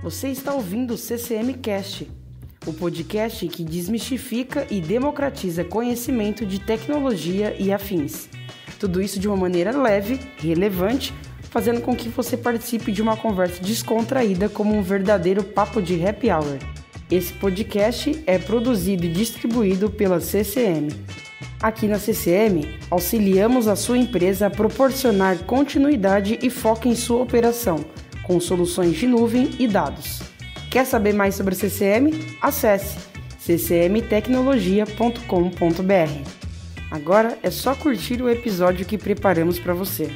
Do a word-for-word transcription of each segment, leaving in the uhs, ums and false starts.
Você está ouvindo o C C M Cast, o podcast que desmistifica e democratiza conhecimento de tecnologia e afins. Tudo isso de uma maneira leve, relevante, fazendo com que você participe de uma conversa descontraída como um verdadeiro papo de happy hour. Esse podcast é produzido e distribuído pela C C M. Aqui na C C M, auxiliamos a sua empresa a proporcionar continuidade e foco em sua operação, com soluções de nuvem e dados. Quer saber mais sobre a C C M? Acesse c c m tecnologia ponto com ponto b r. Agora é só curtir o episódio que preparamos para você.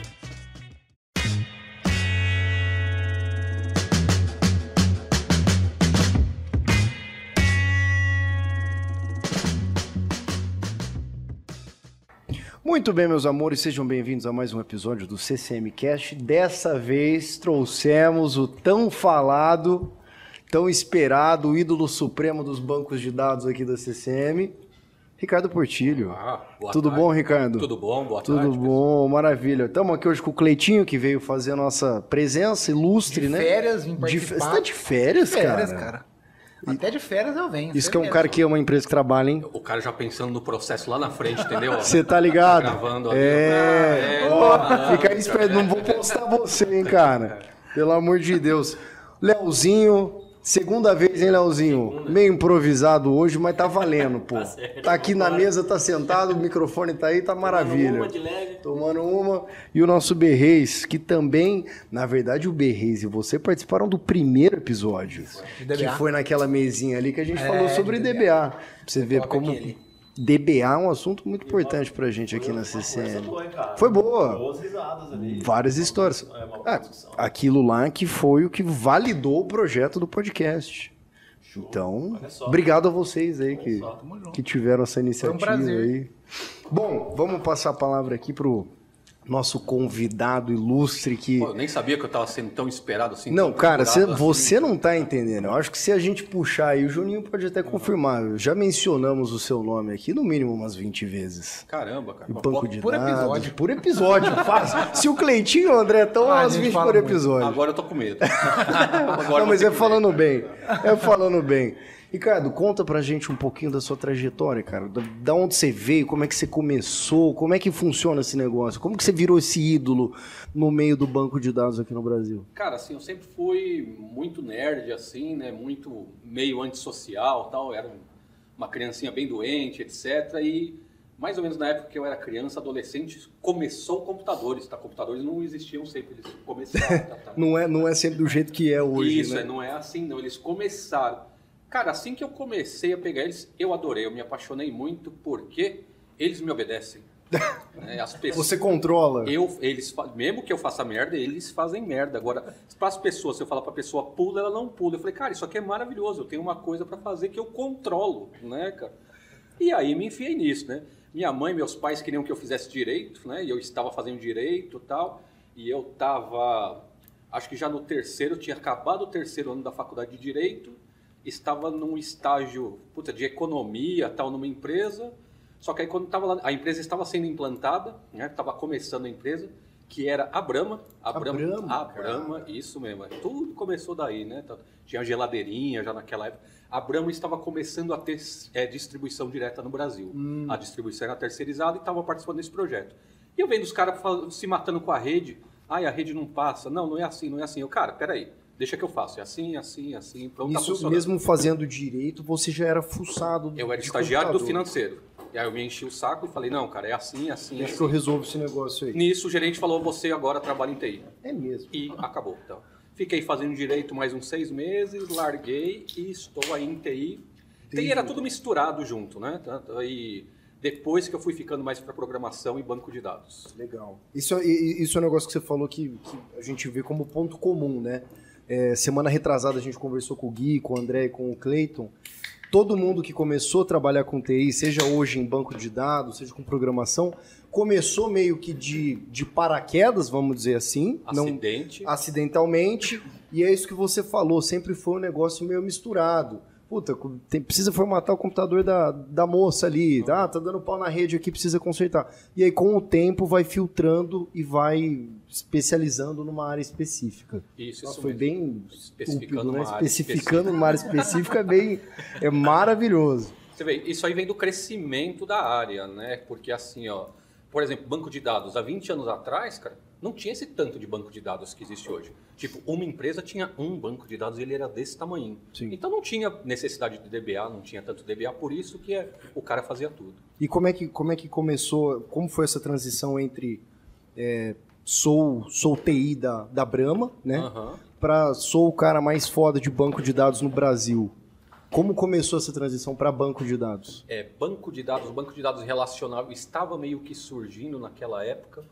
Muito bem, meus amores, sejam bem-vindos a mais um episódio do C C M Cast. Dessa vez trouxemos o tão falado, tão esperado, o ídolo supremo dos bancos de dados aqui da C C M, Ricardo Portilho. Ah, boa Tudo tarde. Bom, Ricardo? Tudo bom, boa Tudo tarde. Tudo bom, maravilha. Estamos aqui hoje com o Cleitinho, que veio fazer a nossa presença ilustre, de né? Férias, vim participar. De... Você tá de férias, de férias cara? cara. Até de férias eu venho. Isso que é um cara que é uma empresa que trabalha, hein? O cara já pensando no processo lá na frente, entendeu? Você tá ligado? Tá gravando ali. É, é ó, ah, fica aí esperto, não vou postar você, hein, cara? Pelo amor de Deus. Leozinho, segunda vez, hein, Leozinho? Segunda. Meio improvisado hoje, mas tá valendo, pô. Tá, tá aqui na mesa, tá sentado, o microfone tá aí, tá maravilha. Tomando uma de leve. Tomando uma. E o nosso Berreis, que também, na verdade, o Berreis e você participaram do primeiro episódio. Que foi naquela mesinha ali que a gente é, falou sobre D B A. Pra você ver como aquele. D B A é um assunto muito importante pra gente aqui na C C M. Foi boa. Boas risadas ali. Várias histórias. É, aquilo lá que foi o que validou o projeto do podcast. Então, obrigado a vocês aí que, que tiveram essa iniciativa aí. Bom, vamos passar a palavra aqui pro nosso convidado ilustre que... Pô, eu nem sabia que eu estava sendo tão esperado assim. Não, cara, cê, assim. Você não tá entendendo. Eu acho que se a gente puxar aí, o Juninho pode até confirmar. Já mencionamos o seu nome aqui no mínimo umas vinte vezes. Caramba, cara. No banco de por dados. episódio. Por episódio, fácil. Se o Cleitinho e o André estão, ah, umas vinte por episódio. Agora eu tô com medo. Não, mas é falando bem. É falando bem. Ricardo, conta pra gente um pouquinho da sua trajetória, cara. Da, da onde você veio, como é que você começou, como é que funciona esse negócio? Como que você virou esse ídolo no meio do banco de dados aqui no Brasil? Cara, assim, eu sempre fui muito nerd, assim, né? Muito meio antissocial, tal. Era uma criancinha bem doente, etcétera. E mais ou menos na época que eu era criança, adolescente, começou computadores, tá? Computadores não existiam sempre, eles começaram. Tá, tá. não, é, não é sempre do jeito que é hoje, Isso, né? é, não é assim, não. Eles começaram. Cara, assim que eu comecei a pegar eles, eu adorei, eu me apaixonei muito porque eles me obedecem. Né? As pessoas, Você controla? Eu, eles, mesmo que eu faça merda, eles fazem merda. Agora, para as pessoas, se eu falar para a pessoa pula, ela não pula. Eu falei, cara, isso aqui é maravilhoso, eu tenho uma coisa para fazer que eu controlo, né, cara? E aí me enfiei nisso, né? Minha mãe e meus pais queriam que eu fizesse direito, né? E eu estava fazendo direito e tal. E eu estava, acho que já no terceiro, eu tinha acabado o terceiro ano da faculdade de Direito. Estava num estágio puta, de economia, tal, numa empresa, só que aí quando estava lá, a empresa estava sendo implantada, né, estava começando a empresa, que era a Brahma, a, a Brahma, Brahma, a Brahma, isso mesmo, tudo começou daí, né, tinha geladeirinha já naquela época, a Brahma estava começando a ter é, distribuição direta no Brasil, hum. A distribuição era terceirizada e estava participando desse projeto, e eu vendo os caras se matando com a rede, ai, a rede não passa, não, não é assim, não é assim, eu, cara, peraí, deixa que eu faço. É assim, assim, assim. Pronto, Isso tá mesmo fazendo direito, você já era fuçado. Eu era estagiário do financeiro. E aí eu me enchi o saco e falei, não, cara, é assim, assim, Deixa assim. que eu resolvo esse negócio aí. Nisso o gerente falou, você agora trabalha em T I. É mesmo. E acabou. Então, fiquei fazendo direito mais uns seis meses, larguei e estou aí em T I. T I era tudo misturado junto, né? E depois que eu fui ficando mais para programação e banco de dados. Legal. Isso, isso é um negócio que você falou que, que a gente vê como ponto comum, né? É, semana retrasada a gente conversou com o Gui, com o André e com o Cleiton. Todo mundo que começou a trabalhar com T I, seja hoje em banco de dados, seja com programação, começou meio que de, de paraquedas, vamos dizer assim. Acidente. Não, acidentalmente. E é isso que você falou, sempre foi um negócio meio misturado. puta, tem, precisa formatar o computador da, da moça ali, ah, tá dando pau na rede aqui, precisa consertar. E aí, com o tempo, vai filtrando e vai especializando numa área específica. Isso, Nossa, isso foi mesmo. bem Especificando estúpido, né? uma área Especificando uma área específica é bem, é maravilhoso. Você vê, isso aí vem do crescimento da área, né? Porque assim, ó, por exemplo, banco de dados, há vinte anos atrás, cara, não tinha esse tanto de banco de dados que existe hoje. Tipo, uma empresa tinha um banco de dados e ele era desse tamanho. Sim. Então não tinha necessidade de D B A, não tinha tanto D B A, por isso que é, o cara fazia tudo. E como é que, como é que começou, como foi essa transição entre é, sou, sou T I da, da Brahma, né? Uhum. Para sou o cara mais foda de banco de dados no Brasil? Como começou essa transição para banco de dados? É, banco de dados, o banco de dados relacional estava meio que surgindo naquela época.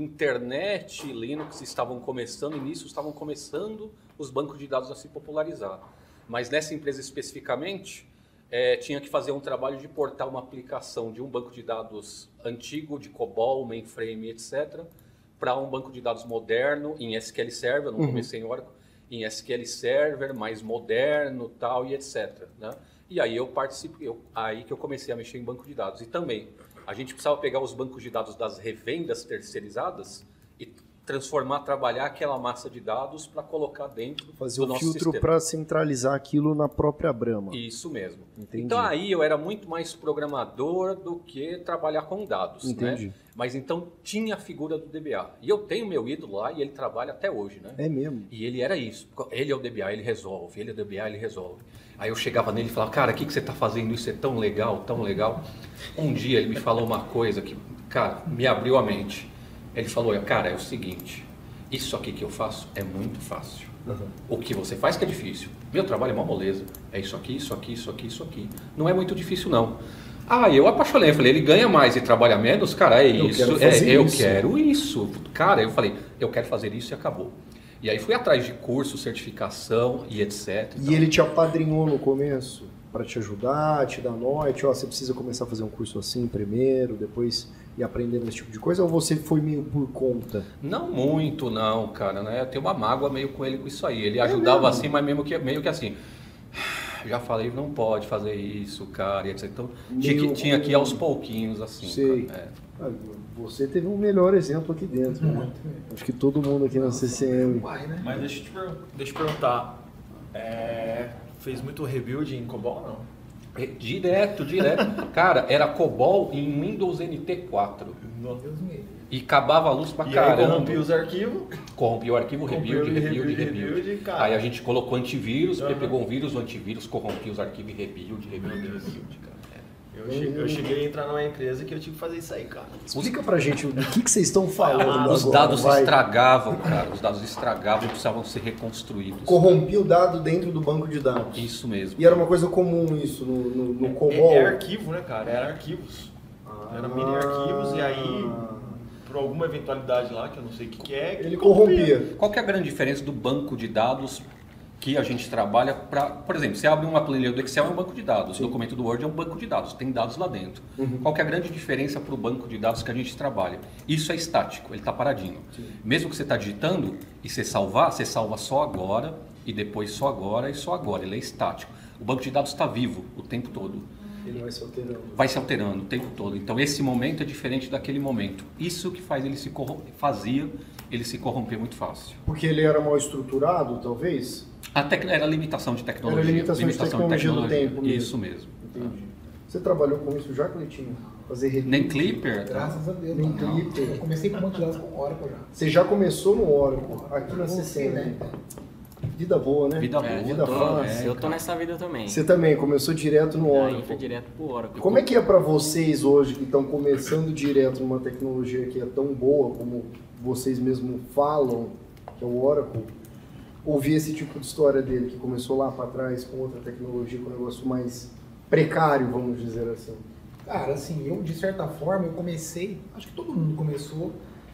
Internet e Linux estavam começando, e nisso estavam começando os bancos de dados a se popularizar. Mas nessa empresa especificamente, é, tinha que fazer um trabalho de portar uma aplicação de um banco de dados antigo, de COBOL, mainframe, etcétera, para um banco de dados moderno, em S Q L Server, eu não Uhum. comecei em Oracle, em S Q L Server, mais moderno, tal, e etcétera. Né? E aí eu participei, eu, aí que eu comecei a mexer em banco de dados. E também, a gente precisava pegar os bancos de dados das revendas terceirizadas e transformar, trabalhar aquela massa de dados para colocar dentro Fazer do o nosso filtro sistema. para centralizar aquilo na própria Brahma. Isso mesmo. Entendi. Então aí eu era muito mais programador do que trabalhar com dados. Entendi. Né? Mas então tinha a figura do D B A. E eu tenho meu ídolo lá e ele trabalha até hoje. Né? É mesmo? E ele era isso. Ele é o D B A, ele resolve. Ele é o D B A, ele resolve. Aí eu chegava nele e falava, cara, o que, que você está fazendo? Isso é tão legal, tão legal. Um dia ele me falou uma coisa que, cara, me abriu a mente. Ele falou, cara, é o seguinte, isso aqui que eu faço é muito fácil. Uhum. O que você faz que é difícil. Meu trabalho é uma moleza. É isso aqui, isso aqui, isso aqui, isso aqui. Não é muito difícil, não. Ah, eu apaixonei. Eu falei, ele ganha mais e trabalha menos? Cara, é eu isso. Quero é, fazer eu isso. quero isso. Cara, eu falei, eu quero fazer isso e acabou. E aí fui atrás de curso, certificação e etcétera. E então, ele te apadrinhou no começo para te ajudar, te dar norte, ó, você precisa começar a fazer um curso assim primeiro, depois ir aprendendo esse tipo de coisa, ou você foi meio por conta? Não muito, não, cara, né? Eu tenho uma mágoa meio com ele com isso aí. Ele ajudava é assim, mas mesmo que, meio que assim. Já falei, não pode fazer isso, cara, e etcétera. Então tinha que, tinha que ir aos pouquinhos, assim. Sei. Cara, é. Ah, você teve um melhor exemplo aqui dentro, né? Acho que todo mundo aqui na C C M. Mas deixa eu te, per- deixa eu te perguntar, é, fez muito rebuild em COBOL, não? É, direto, direto. Cara, era COBOL em Windows N T quatro. E acabava a luz pra E aí caramba. corrompia os arquivos. Corrompia o arquivo, Corrompia rebuild, o rebuild, rebuild, rebuild. rebuild, cara. Aí a gente colocou antivírus, porque Aham. pegou um vírus, o antivírus corrompia os arquivos e rebuild, rebuild, rebuild, cara. Eu cheguei, eu cheguei a entrar numa empresa que eu tive que fazer isso aí, cara. Explica pra gente do que, que vocês estão falando Os agora, dados vai. estragavam, cara. Os dados estragavam e precisavam ser reconstruídos. Corrompia o dado dentro do banco de dados. Isso mesmo. E era uma coisa comum isso no, no, no É, COBOL? é arquivo, né, cara? Era arquivos. Era mini arquivos e aí, por alguma eventualidade lá, que eu não sei o que, que é, que Ele corrompia. Qual que é a grande diferença do banco de dados que a gente trabalha para... Por exemplo, você abre uma planilha do Excel, é um banco de dados. O documento do Word é um banco de dados, tem dados lá dentro. Uhum. Qual que é a grande diferença para o banco de dados que a gente trabalha? Isso é estático, ele está paradinho. Sim. Mesmo que você está digitando e você salvar, você salva só agora, e depois só agora e só agora. Ele é estático. O banco de dados está vivo o tempo todo. Ele vai se alterando. Vai se alterando o tempo todo. Então esse momento é diferente daquele momento. Isso que faz ele se corromper, fazia ele se corromper muito fácil. Porque ele era mal estruturado, talvez? A tec... Era limitação de tecnologia. Era limitação, limitação de tecnologia, de tecnologia do tempo mesmo. Isso mesmo. Entendi. Você trabalhou com isso já, Cleitinho? Fazer review? Nem Clipper? Graças a Deus. Nem não. Clipper. Eu comecei com banco de dados com Oracle já. Você já começou no Oracle, aqui na C C M, né? Vida boa, né? Vida boa. É, Vida eu, tô, fácil. eu tô nessa vida também. Você também começou direto no Aí Oracle. foi direto pro Oracle. Como é que é para vocês hoje que estão começando direto numa tecnologia que é tão boa como vocês mesmos falam, que é o Oracle, ouvir esse tipo de história dele, que começou lá para trás com outra tecnologia, com um negócio mais precário, vamos dizer assim? Cara, assim, eu de certa forma, eu comecei, acho que todo mundo começou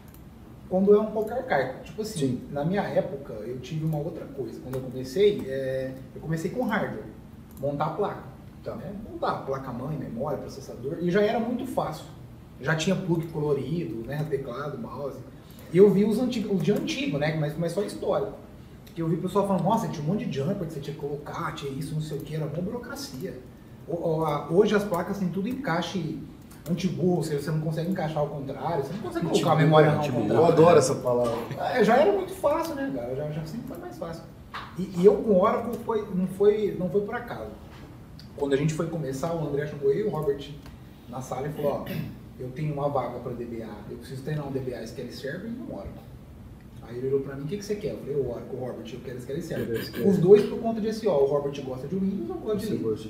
quando é um pouco arcaico. Tipo assim, Sim. na minha época, eu tive uma outra coisa. Quando eu comecei, é, eu comecei com hardware, montar a placa. Tá. Né? Montar placa-mãe, memória, processador, e já era muito fácil. Já tinha plug colorido, né, teclado, mouse. E eu vi os, antigos, os de antigo, né, mas, mas só histórico. que eu vi o pessoal falando, nossa, tinha um monte de jumper que você tinha que colocar, tinha isso, não sei o que, era uma burocracia. Hoje as placas têm tudo encaixe anti-burro, você não consegue encaixar ao contrário, você não consegue colocar a memória ao contrário. Eu adoro essa palavra. É, já era muito fácil, né, cara? Já, já sempre foi mais fácil. E, e eu com o Oracle foi, não, foi, não foi por acaso. Quando a gente foi começar, o André chamou eu e o Robert na sala e falou, ó, eu tenho uma vaga para D B A, eu preciso treinar um D B A S Q L Server e um Oracle. Aí ele olhou pra mim, o que, que você quer? Eu falei, o Oracle, o Robert, eu quero S Q L Server. Os dois por conta de S O. O Robert gosta de Windows, eu gosto de Linux.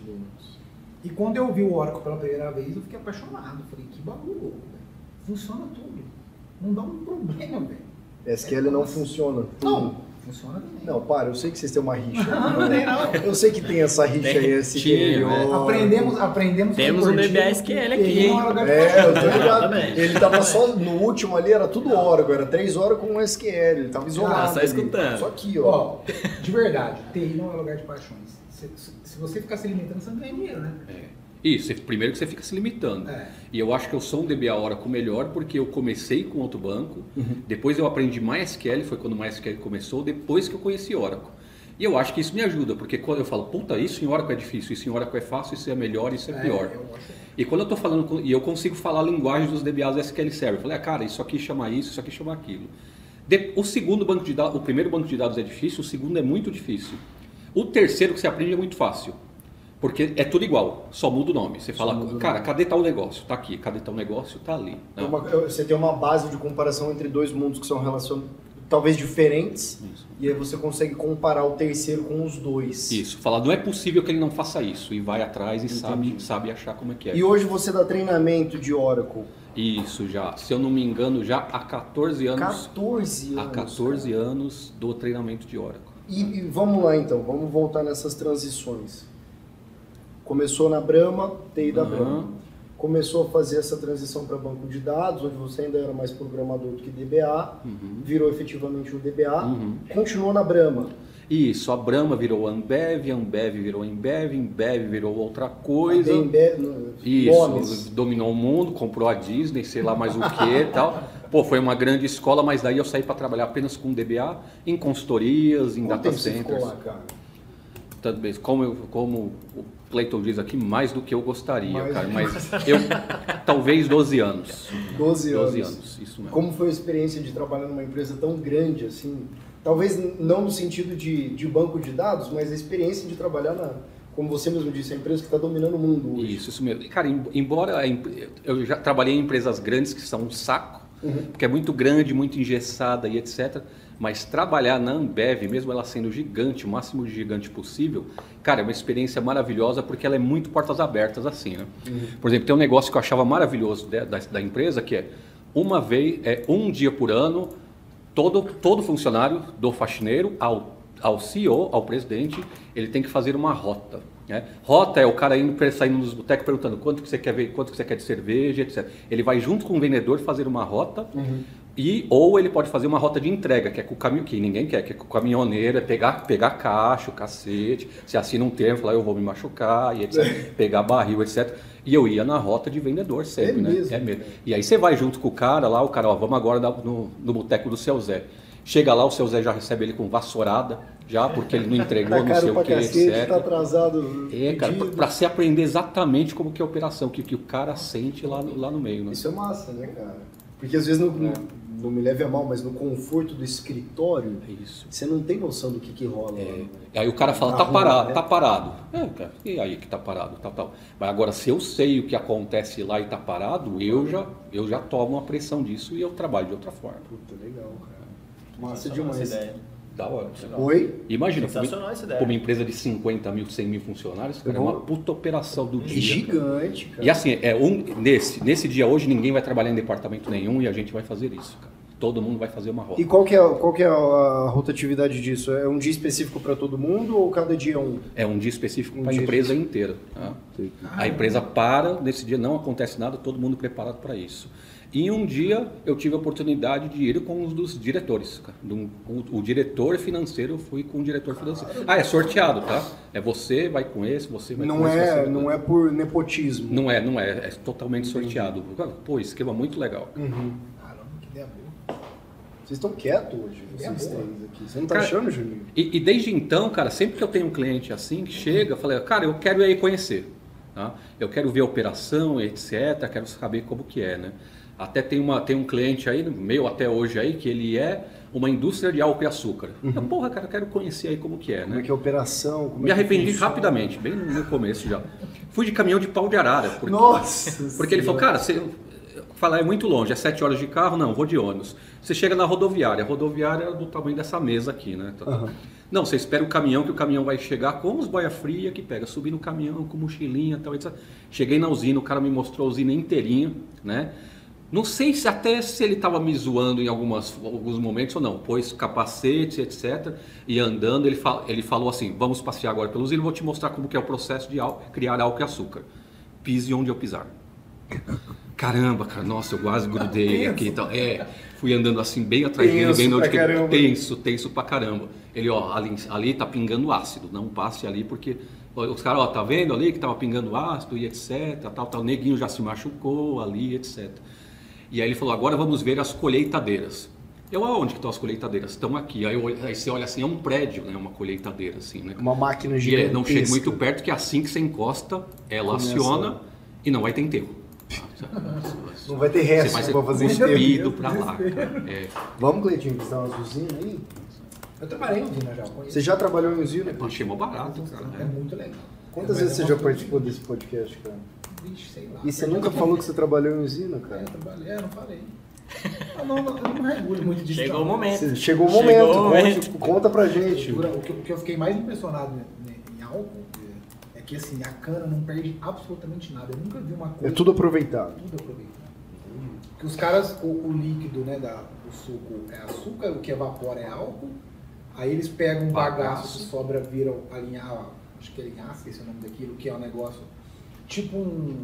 E quando eu vi o Oracle pela primeira vez, eu fiquei apaixonado. Eu falei, que bagulho louco, velho. Funciona tudo. Não dá um problema, velho. S Q L é não assim. Funciona. Tudo. Não, funciona também. Não, para, eu sei que vocês têm uma rixa. Não, não tem não. Eu sei que tem essa rixa aí, esse Tinha, né? Aprendemos, aprendemos. Temos um D B A S Q L aqui, hein? É, eu tô ligado. Ele tava só, no último ali, era tudo Oracle, era três horas com um S Q L, ele tava isolado. Ah, só escutando. Ali. Só aqui, ó. Ó, de verdade, T I não é lugar de paixões. Se, se, se você ficar se alimentando, você não ganha dinheiro, né? É. Isso, primeiro que você fica se limitando. É. E eu acho que eu sou um D B A Oracle melhor porque eu comecei com outro banco, uhum. depois eu aprendi MySQL, foi quando o MySQL começou, depois que eu conheci Oracle. E eu acho que isso me ajuda, porque quando eu falo, puta, isso em Oracle é difícil, isso em Oracle é fácil, isso é melhor, isso é, é pior. E quando eu estou falando, com, e eu consigo falar a linguagem dos D B As S Q L Server, eu falei, ah, cara, isso aqui chama isso, isso aqui chama aquilo. De, o segundo banco de dados, o primeiro banco de dados é difícil, o segundo é muito difícil. O terceiro que você aprende é muito fácil. Porque é tudo igual, só muda o nome. Você só fala, cara, cadê tal negócio? Tá aqui, cadê tal negócio? Tá ali. Então, uma, você tem uma base de comparação entre dois mundos que são relacionados, talvez diferentes, isso. E aí você consegue comparar o terceiro com os dois. Isso, falar, não é possível que ele não faça isso, e vai atrás e sabe, sabe achar como é que é. E hoje você dá treinamento de Oracle? Isso já, se eu não me engano, já há quatorze anos. quatorze anos. Há quatorze cara. anos do treinamento de Oracle. E, e vamos lá então, vamos voltar nessas transições. Começou na Brahma, T I da uhum. Brahma. Começou a fazer essa transição para banco de dados, onde você ainda era mais programador do que D B A, uhum. virou efetivamente um D B A, uhum. continuou na Brahma. Isso, a Brahma virou Ambev, Ambev virou Embev, Embev virou outra coisa. A Embev, Isso, nomes. Dominou o mundo, comprou a Disney, sei lá mais o que e tal. Pô, foi uma grande escola, mas daí eu saí para trabalhar apenas com D B A, em consultorias, em Quanto data tempo centers. Você ficou lá, cara? Tanto, como, eu, como o Cleiton diz aqui, mais do que eu gostaria, mais cara. Mas eu, talvez doze anos. doze anos. doze anos, isso mesmo. Como foi a experiência de trabalhar numa empresa tão grande assim? Talvez não no sentido de, de banco de dados, mas a experiência de trabalhar na, como você mesmo disse, a empresa que está dominando o mundo hoje. Isso, isso mesmo. Cara, embora eu já trabalhei em empresas grandes que são um saco, uhum. porque é muito grande, muito engessada e etcétera. Mas trabalhar na Ambev, mesmo ela sendo gigante, o máximo de gigante possível, cara, é uma experiência maravilhosa porque ela é muito portas abertas assim, né? Uhum. Por exemplo, tem um negócio que eu achava maravilhoso da, da, da empresa, que é uma vez, é um dia por ano, todo, todo funcionário, do faxineiro ao, ao C E O, ao presidente, ele tem que fazer uma rota. Né? Rota é o cara indo, saindo nos botecos perguntando quanto que você quer ver, quanto que você quer de cerveja, etcétera. Ele vai junto com o vendedor fazer uma rota. Uhum. E, ou ele pode fazer uma rota de entrega, que é com o caminho que ninguém quer, que é com o caminhoneiro, é pegar, pegar caixa, o cacete, se assina um termo, falar eu vou me machucar, e etcétera. Pegar barril, etcétera. E eu ia na rota de vendedor sempre, é né? Mesmo, é mesmo. E aí você vai junto com o cara lá, o cara, ó, vamos agora no, no boteco do seu Zé. Chega lá, o seu Zé já recebe ele com vassourada, já, porque ele não entregou, tá não sei o que, cacete, etcétera. Tá atrasado. É, cara, pra, pra você aprender exatamente como que é a operação, que, que o cara sente lá no, lá no meio, né? Isso é massa, né, cara? Porque às vezes, não, é. não me leve a mal, mas no conforto do escritório, Isso. você não tem noção do que, que rola. É. E aí o cara fala, tá parado, tá parado. É, cara, e aí que tá parado, tal, tal. Mas agora, se eu sei o que acontece lá e tá parado, eu já, eu já tomo a pressão disso e eu trabalho de outra forma. Puta, legal, cara. Massa demais. Ideia. Da hora. Oi? Imagina, para uma, uma empresa de cinquenta mil, cem mil funcionários, cara, é uma puta operação do dia. É gigante, cara. E assim, é um, nesse, nesse dia hoje ninguém vai trabalhar em departamento nenhum e a gente vai fazer isso, cara. Todo mundo vai fazer uma rota. E qual que é, qual que é a rotatividade disso? É um dia específico para todo mundo ou cada dia é um? É um dia específico um para a empresa inteira. Tá? Ah, a empresa para, nesse dia não acontece nada, todo mundo preparado para isso. E um dia eu tive a oportunidade de ir com um dos diretores. Do, o, o diretor financeiro, eu fui com o diretor financeiro. Ah, é sorteado, tá? É você, vai com esse, você vai não com esse. É, você não é por nepotismo. Não é, não é. É totalmente sorteado. Pô, esquema muito legal. Uhum. Caramba, que ideia boa. Vocês estão quietos hoje, É vocês boa. três aqui. Você não tá Cara, achando, Juninho? E, e desde então, cara, sempre que eu tenho um cliente assim, que chega, eu falei, cara, eu quero ir aí conhecer. Tá? Eu quero ver a operação, etcétera. Quero saber como que é, né? Até tem, uma, tem um cliente aí, meu até hoje aí, que ele é uma indústria de álcool e açúcar. Uhum. Eu, porra, cara, eu quero conhecer aí como que é, né? Como é que é a operação? Como Me é que arrependi funciona? rapidamente, bem no começo já. Fui de caminhão de pau de arara. Porque, Nossa! Porque ele falou, cara, você fala, é muito longe, é sete horas de carro? Não, vou de ônibus. Você chega na rodoviária, a rodoviária é do tamanho dessa mesa aqui, né? Uhum. Não, você espera o caminhão, que o caminhão vai chegar com os boia fria que pega. Subi no caminhão com mochilinha e tal, etcétera. Cheguei na usina, o cara me mostrou a usina inteirinha, né? Não sei se até se ele estava me zoando em algumas, alguns momentos ou não. Pôs capacete, etcétera. E andando, ele, fal, ele falou assim, vamos passear agora pela usina, vou te mostrar como que é o processo de álcool, criar álcool e açúcar. Pise onde eu pisar. Caramba, cara, nossa, eu quase grudei aqui. Então, é, fui andando assim bem atrás dele, bem onde que ele, tenso, tenso pra caramba. Ele, ó, ali, ali tá pingando ácido, não passe ali porque os caras, ó, tá vendo ali que tava pingando ácido e etcétera. Tal, tal, o neguinho já se machucou ali, etcétera. E aí ele falou, agora vamos ver as colheitadeiras. Eu, aonde que estão as colheitadeiras? Estão aqui. Aí, eu, aí você olha assim, é um prédio, né? Uma colheitadeira, assim, né? Uma máquina gigantesca. E é, não chega muito perto, que assim que você encosta, ela Começa. aciona e não vai ter enterro. Não vai ter resto para fazer enterro. Pra lá, cara. É. Vamos, Cleitinho, visitar umas usinas aí? Eu trabalhei em usina já. Conheço. Você já trabalhou em usina? Eu achei mó barato, cara. É muito legal. Quantas vezes você já participou desse podcast, cara? Vixe, sei lá. E você nunca falou que você trabalhou em usina, cara? É, eu trabalhei, é, eu não falei. Eu não, não, eu não mergulho muito disso. Chegou o momento. Você, chegou o momento, chegou o momento. Conta, conta pra gente. O que, o que eu fiquei mais impressionado em álcool é que assim, a cana não perde absolutamente nada. Eu nunca vi uma coisa... É tudo aproveitado. Tudo aproveitado. Porque os caras, o, o líquido, né, da, o suco é açúcar, o que evapora é álcool. Aí eles pegam um bagaço, bagaço que sobra, viram a linha, acho que é linhaça, esse é o nome daquilo, que é um negócio tipo um...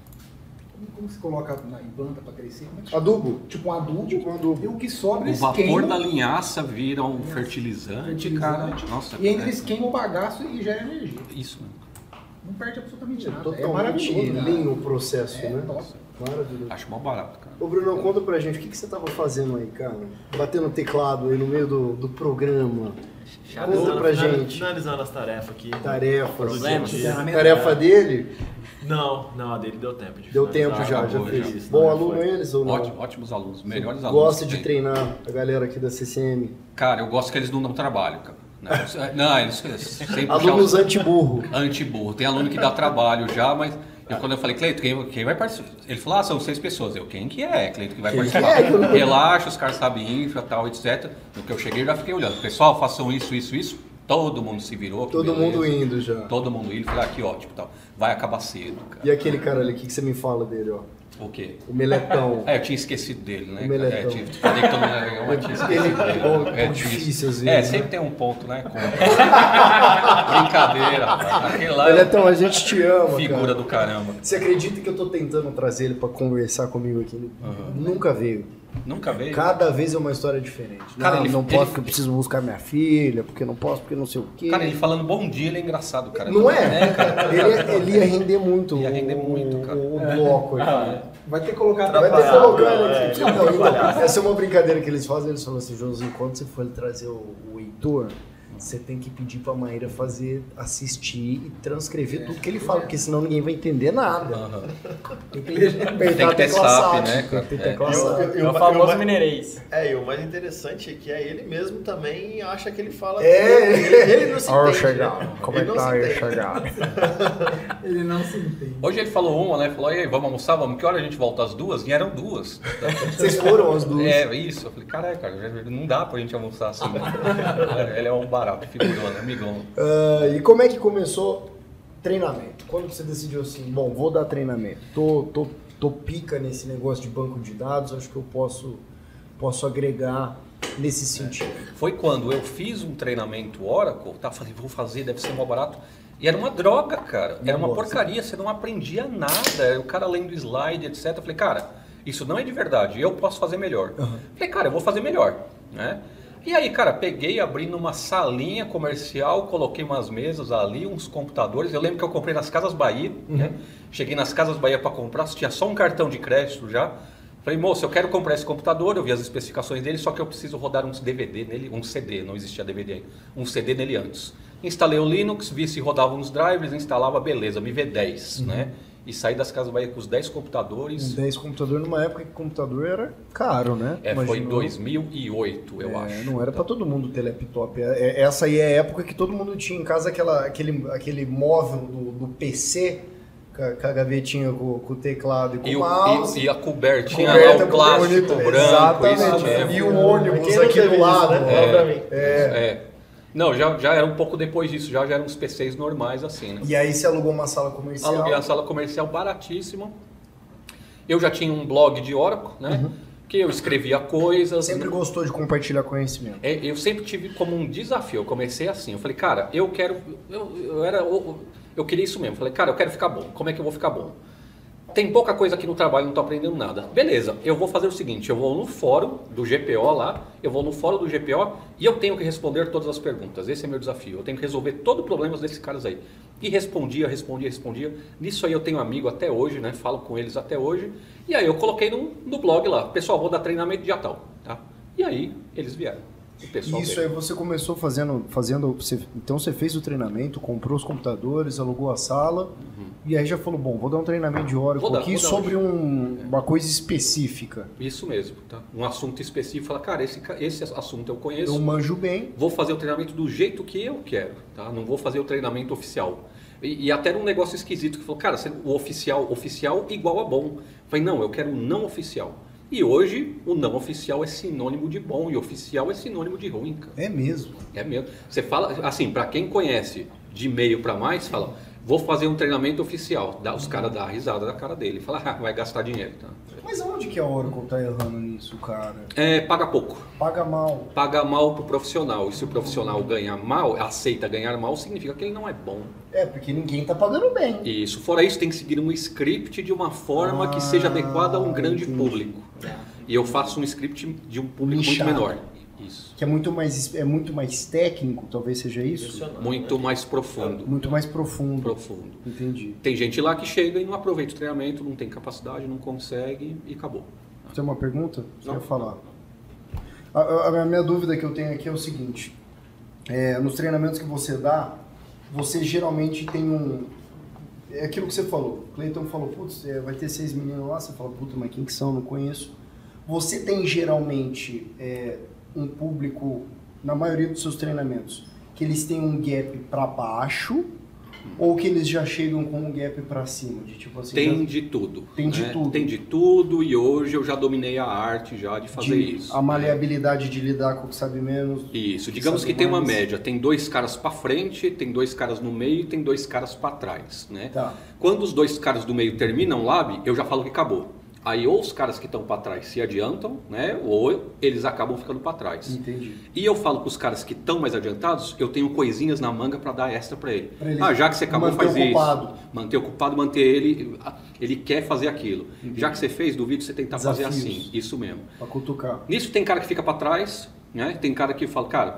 Como se coloca na planta para crescer? Como é que adubo. Tipo um adubo. Tipo um adubo. E o que sobra, o vapor queimam, da linhaça vira um fertilizante, fertilizante, cara. Nossa, e ainda eles queimam o bagaço e geram energia. Isso, né? Não perde absolutamente nada. Totalmente é maravilhoso. Lean o processo, é, né? Top. Maravilhoso. Acho mal barato, cara. Ô, Bruno, conta pra gente, o que, que você tava fazendo aí, cara? Batendo teclado aí no meio do, do programa. Conta pra gente. Finalizando as tarefas aqui. Tarefas. Tarefa dele? Não, não, a dele deu tempo. De deu tempo já, já fez isso. Bom aluno eles ou não? Ótimo, ótimos alunos, melhores alunos. Gosta de treinar a galera aqui da C C M? Cara, eu gosto que eles não dão trabalho, cara. Não, eles sempre alunos anti-burro. Anti-burro. Tem aluno que dá trabalho já, mas eu, quando eu falei, Cleito, quem, quem vai participar? Ele falou, ah, são seis pessoas. Eu, quem que é, Cleito, que vai quem participar? Que é? Relaxa, os caras sabem infra, tal, etcétera. No que eu cheguei, eu já fiquei olhando. Pessoal, façam isso, isso, isso. Todo mundo se virou. Todo beleza. mundo indo já. Todo mundo indo. Falei, ah, que ótimo, tal. Vai acabar cedo, cara. E aquele cara ali, o que, que você me fala dele, ó? O quê? O Meletão. É, eu tinha esquecido dele, né? O Meletão. É, tinha, falei que todo mundo era legal, mas tinha esquecido ele dele. É, bom, é difícil, às vezes. É, sempre né? tem um ponto, né? Com... Brincadeira, rapaz. Aquele lá Meletão, a gente te ama, figura cara. do caramba. Você acredita que eu tô tentando trazer ele pra conversar comigo aqui? Ele uhum. nunca veio. Nunca veio? Cada vez é uma história diferente. Cara, não, ele, não posso ele... porque eu preciso buscar minha filha, porque não posso porque não sei o quê. Cara, ele falando bom dia, ele é engraçado, cara. Não é? é cara. Ele, ele ia render muito. Ia render muito, cara. O, o bloco aqui. Ah, é. Vai ter que colocar... Vai ter que colocar aqui. É, não, então, essa é uma brincadeira que eles fazem. Eles falam assim, Joãozinho, quando você for trazer o, o Heitor, você tem que pedir pra Maíra fazer, assistir e transcrever é, tudo que ele fala, porque senão ninguém vai entender nada. Uhum. Tem que tem que ter S A P, né? Tem que ter tecla S A P. É o famoso mineirês. É, e o mais interessante é que é ele mesmo também acha que ele fala... É, ele, ele não se oh, entende. Chegar. Né? Como é que tá aí, chegar? Ele não se entende. Hoje ele falou uma, né? Falou, e aí, vamos almoçar? Vamos? Que hora a gente volta? Às duas? E eram duas. Vocês foram às duas? É, isso. Eu falei, caraca, não dá pra gente almoçar assim. Ele é um barato, figurando. Amigão. Uh, e como é que começou treinamento? Quando você decidiu assim, bom, vou dar treinamento, tô, tô, tô pica nesse negócio de banco de dados, acho que eu posso, posso agregar nesse sentido. É. Foi quando eu fiz um treinamento Oracle, tá? Falei, vou fazer, deve ser mais barato. E era uma droga, cara. Era uma porcaria, você não aprendia nada. O cara lendo slide, etcétera. Falei, cara, isso não é de verdade, eu posso fazer melhor. Uhum. Falei, cara, eu vou fazer melhor, né? E aí, cara, peguei, abri numa salinha comercial, coloquei umas mesas ali, uns computadores. Eu lembro que eu comprei nas Casas Bahia, uhum. né? Cheguei nas Casas Bahia para comprar, tinha só um cartão de crédito já. Falei, moço, eu quero comprar esse computador, eu vi as especificações dele, só que eu preciso rodar um D V D nele, um C D, não existia D V D ainda, um C D nele antes. Instalei o Linux, vi se rodava uns drivers, instalava, beleza, M V dez, uhum. né? E saí das Casas Bahia com os dez computadores. dez computadores numa época que o computador era caro, né? É, foi em dois mil e oito, eu é, acho. Não era para todo mundo ter laptop. É, essa aí é a época que todo mundo tinha em casa aquela, aquele, aquele móvel do, do P C, com a gavetinha com, com o teclado e com e o mouse. E, e a cobertinha coberta, lá, o plástico bonito, branco. Exatamente. Isso mesmo. E o ônibus aqui do lado. Né? É, é. é. Não, já, já era um pouco depois disso, já, já eram uns P Cs normais assim, né? E aí você alugou uma sala comercial? Aluguei a sala comercial baratíssima. Eu já tinha um blog de Oracle, né? Uhum. Que eu escrevia coisas. Sempre gostou de compartilhar conhecimento? É, eu sempre tive como um desafio. Eu comecei assim. Eu falei, cara, eu quero. Eu, eu, era, eu, eu queria isso mesmo. Eu falei, cara, eu quero ficar bom. Como é que eu vou ficar bom? Tem pouca coisa aqui no trabalho, não estou aprendendo nada. Beleza, eu vou fazer o seguinte, eu vou no fórum do G P O lá, eu vou no fórum do G P O e eu tenho que responder todas as perguntas. Esse é meu desafio. Eu tenho que resolver todos os problemas desses caras aí. E respondia, respondia, respondia. Nisso aí eu tenho amigo até hoje, né? Falo com eles até hoje. E aí eu coloquei no, no blog lá, pessoal, vou dar treinamento dia tal, tá? E aí eles vieram. O pessoal Isso veio. aí você começou fazendo, fazendo você, então você fez o treinamento, comprou os computadores, alugou a sala, uhum. e aí já falou, bom, vou dar um treinamento de Oracle dar, aqui sobre um, uma coisa específica. Isso mesmo, tá? Um assunto específico, fala, cara, esse, esse assunto eu conheço. Eu manjo bem. Vou fazer o treinamento do jeito que eu quero, tá? Não vou fazer o treinamento oficial. E, e até era um negócio esquisito, que falou, cara, o oficial, oficial igual a bom. Eu falei, não, eu quero um não oficial. E hoje o não oficial é sinônimo de bom e oficial é sinônimo de ruim, cara. É mesmo. É mesmo. Você fala, assim, para quem conhece de meio para mais, fala, vou fazer um treinamento oficial. Dá, os caras dão a risada da cara dele. Fala, ah, vai gastar dinheiro. Tá? Mas aonde que a Oracle tá errando nisso, cara? É, paga pouco. Paga mal. Paga mal pro profissional. E se o profissional ganha mal, aceita ganhar mal, significa que ele não é bom. É, porque ninguém tá pagando bem. Isso. Fora isso, tem que seguir um script de uma forma ah, que seja adequada a um grande entendi. público. E eu faço um script de um público Nichado. muito menor. Isso. Que é muito mais, é muito mais técnico, talvez seja isso? Muito mais profundo. Muito mais profundo. Profundo. Entendi. Tem gente lá que chega e não aproveita o treinamento, não tem capacidade, não consegue e acabou. Você tem uma pergunta? Você não. quer falar? A, a minha dúvida que eu tenho aqui é o seguinte. É, nos treinamentos que você dá, você geralmente tem um... É aquilo que você falou. O Cleiton falou, putz, vai ter seis meninos lá. Você fala, putz, mas quem que são? Não conheço. Você tem geralmente é, um público, na maioria dos seus treinamentos, que eles têm um gap para baixo ou que eles já chegam com um gap para cima? De, tipo assim, tem já... de tudo. Tem de né? tudo. Tem de tudo e hoje eu já dominei a arte já de fazer de, isso. A maleabilidade né? de lidar com o que sabe menos. Isso, digamos que, que tem uma média. Tem dois caras para frente, tem dois caras no meio e tem dois caras para trás. Né? Tá. Quando os dois caras do meio terminam o lab, eu já falo que acabou. Aí ou os caras que estão para trás se adiantam, né? Ou eles acabam ficando para trás. Entendi. E eu falo para os caras que estão mais adiantados, eu tenho coisinhas na manga para dar extra para ele. ele. Ah, já que você acabou, faz ocupado. isso. Manter ocupado, manter ele, ele quer fazer aquilo. Entendi. Já que você fez, duvido você tentar Desafios. fazer assim. Isso mesmo. Para cutucar. Nisso tem cara que fica para trás, né? Tem cara que fala, cara,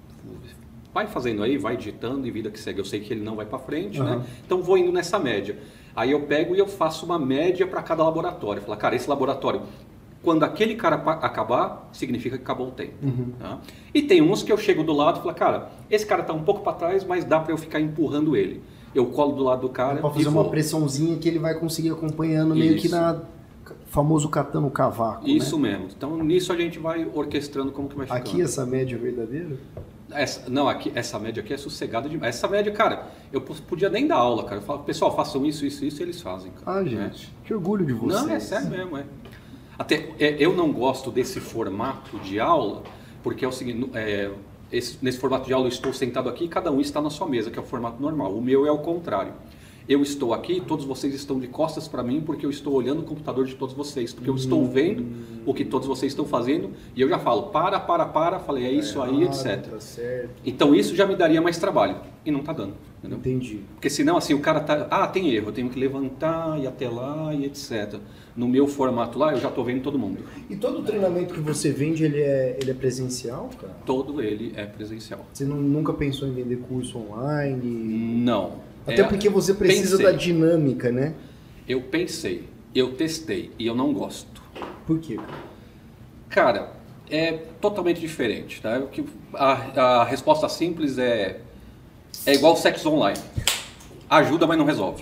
vai fazendo aí, vai digitando e vida que segue. Eu sei que ele não vai para frente, uhum. né? Então vou indo nessa média. Aí eu pego e eu faço uma média para cada laboratório. Fala, cara, esse laboratório, quando aquele cara acabar, significa que acabou o tempo. Uhum. Tá? E tem uns que eu chego do lado e falo, cara, esse cara está um pouco para trás, mas dá para eu ficar empurrando ele. Eu colo do lado do cara para fazer e uma vou. pressãozinha que ele vai conseguir acompanhando meio Isso. que na famoso catando o cavaco. Isso né? mesmo. Então nisso a gente vai orquestrando como que vai ficando. Aqui essa média é verdadeira? Essa, não, aqui, essa média aqui é sossegada demais. Essa média, cara, eu podia nem dar aula, cara. Eu falo, pessoal, façam isso, isso, isso, e eles fazem, cara. Ah, gente, né? Que orgulho de vocês. Não, é sério mesmo, é. Até, é, eu não gosto desse formato de aula, porque é o seguinte, é, esse, nesse formato de aula eu estou sentado aqui e cada um está na sua mesa, que é o formato normal. O meu é o contrário. Eu estou aqui, todos vocês estão de costas para mim porque eu estou olhando o computador de todos vocês, porque eu estou vendo o que todos vocês estão fazendo e eu já falo, para, para, para, falei, é isso aí, etcétera. Tá certo. Então isso já me daria mais trabalho e não está dando. Entendeu? Entendi. Porque senão assim o cara tá, ah, tem erro, eu tenho que levantar e até lá e etcétera. No meu formato lá eu já estou vendo todo mundo. E todo o treinamento que você vende, ele é, ele é presencial, cara? Todo ele é presencial. Você não, nunca pensou em vender curso online? Não. Até é, porque você precisa pensei. da dinâmica, né? Eu pensei, eu testei e eu não gosto. Por quê? Cara, é totalmente diferente, tá? O que- A, a resposta simples é, é igual sexo online. Ajuda, mas não resolve.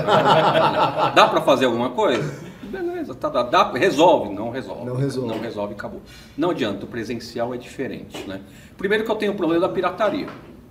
Dá pra fazer alguma coisa? Beleza, tá, dá, dá, resolve, não resolve. Não resolve. Não resolve, acabou. Não adianta, o presencial é diferente, né? Primeiro que eu tenho o problema da pirataria,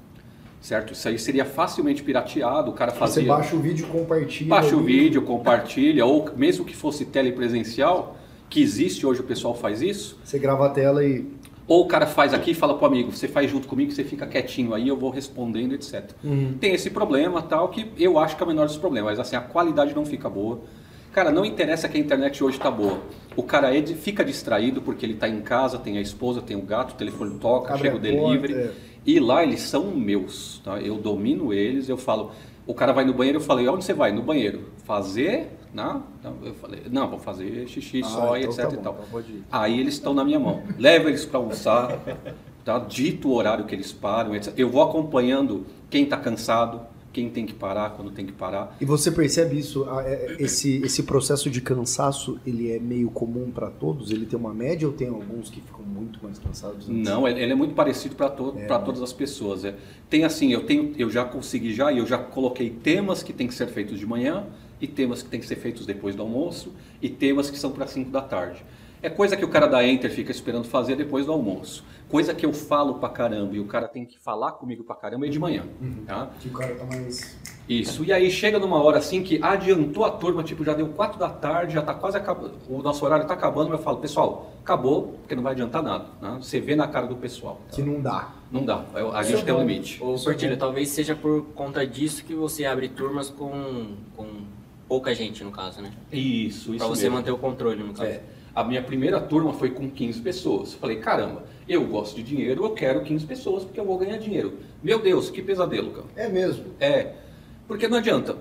certo? Isso aí seria facilmente pirateado, o cara fazia... Você baixa o vídeo e compartilha. Baixa o ali. vídeo, compartilha, ou mesmo que fosse telepresencial, que existe hoje, o pessoal faz isso, Você grava a tela e... ou o cara faz aqui e fala pro amigo, você faz junto comigo, você fica quietinho aí, eu vou respondendo, etcétera. Tem esse problema, tal, que eu acho que é o menor dos problemas, mas assim, a qualidade não fica boa. Cara, não interessa que a internet hoje tá boa. O cara é de- fica distraído porque ele tá em casa, tem a esposa, tem o gato, o telefone toca, Abre chega o a delivery. porta, é. E lá eles são meus, tá? Eu domino eles, eu falo, o cara vai no banheiro, eu falei, onde você vai? No banheiro. Fazer? Não, não. Eu falei, não, vou fazer xixi Ah, só, então etc tá bom, e tal. então pode ir. Aí eles estão na minha mão. Leva eles para almoçar, tá? Dito o horário que eles param, etcétera. Eu vou acompanhando quem está cansado, quem tem que parar, quando tem que parar. E você percebe isso, a- é- esse, esse processo de cansaço, ele é meio comum para todos? Ele tem uma média ou tem alguns que ficam muito mais cansados? antes? Não, ele ele é muito parecido para to pra todas as pessoas. É. Tem assim, eu tenho, eu já consegui já, e eu já coloquei temas que tem que ser feitos de manhã, e temas que tem que ser feitos depois do almoço, e temas que são para cinco da tarde. É coisa que o cara da Enter fica esperando fazer depois do almoço. Coisa que eu falo pra caramba e o cara tem que falar comigo pra caramba é de manhã. Tá? Que o cara tá mais... Isso, e aí chega numa hora assim que adiantou a turma, tipo, já deu quatro da tarde, já tá quase acabando, o nosso horário tá acabando, mas eu falo, pessoal, acabou, porque não vai adiantar nada, né? Você vê na cara do pessoal. Que não dá. Não dá, eu- a gente tem um limite. Ô, Portilho, talvez seja por conta disso que você abre turmas com, com pouca gente, no caso, né? Isso, isso Pra você mesmo. manter o controle, no caso. É, a minha primeira turma foi com quinze pessoas. Eu falei, caramba, eu gosto de dinheiro, eu quero quinze pessoas porque eu vou ganhar dinheiro. Meu Deus, que pesadelo, cara. É mesmo. É, porque não adianta.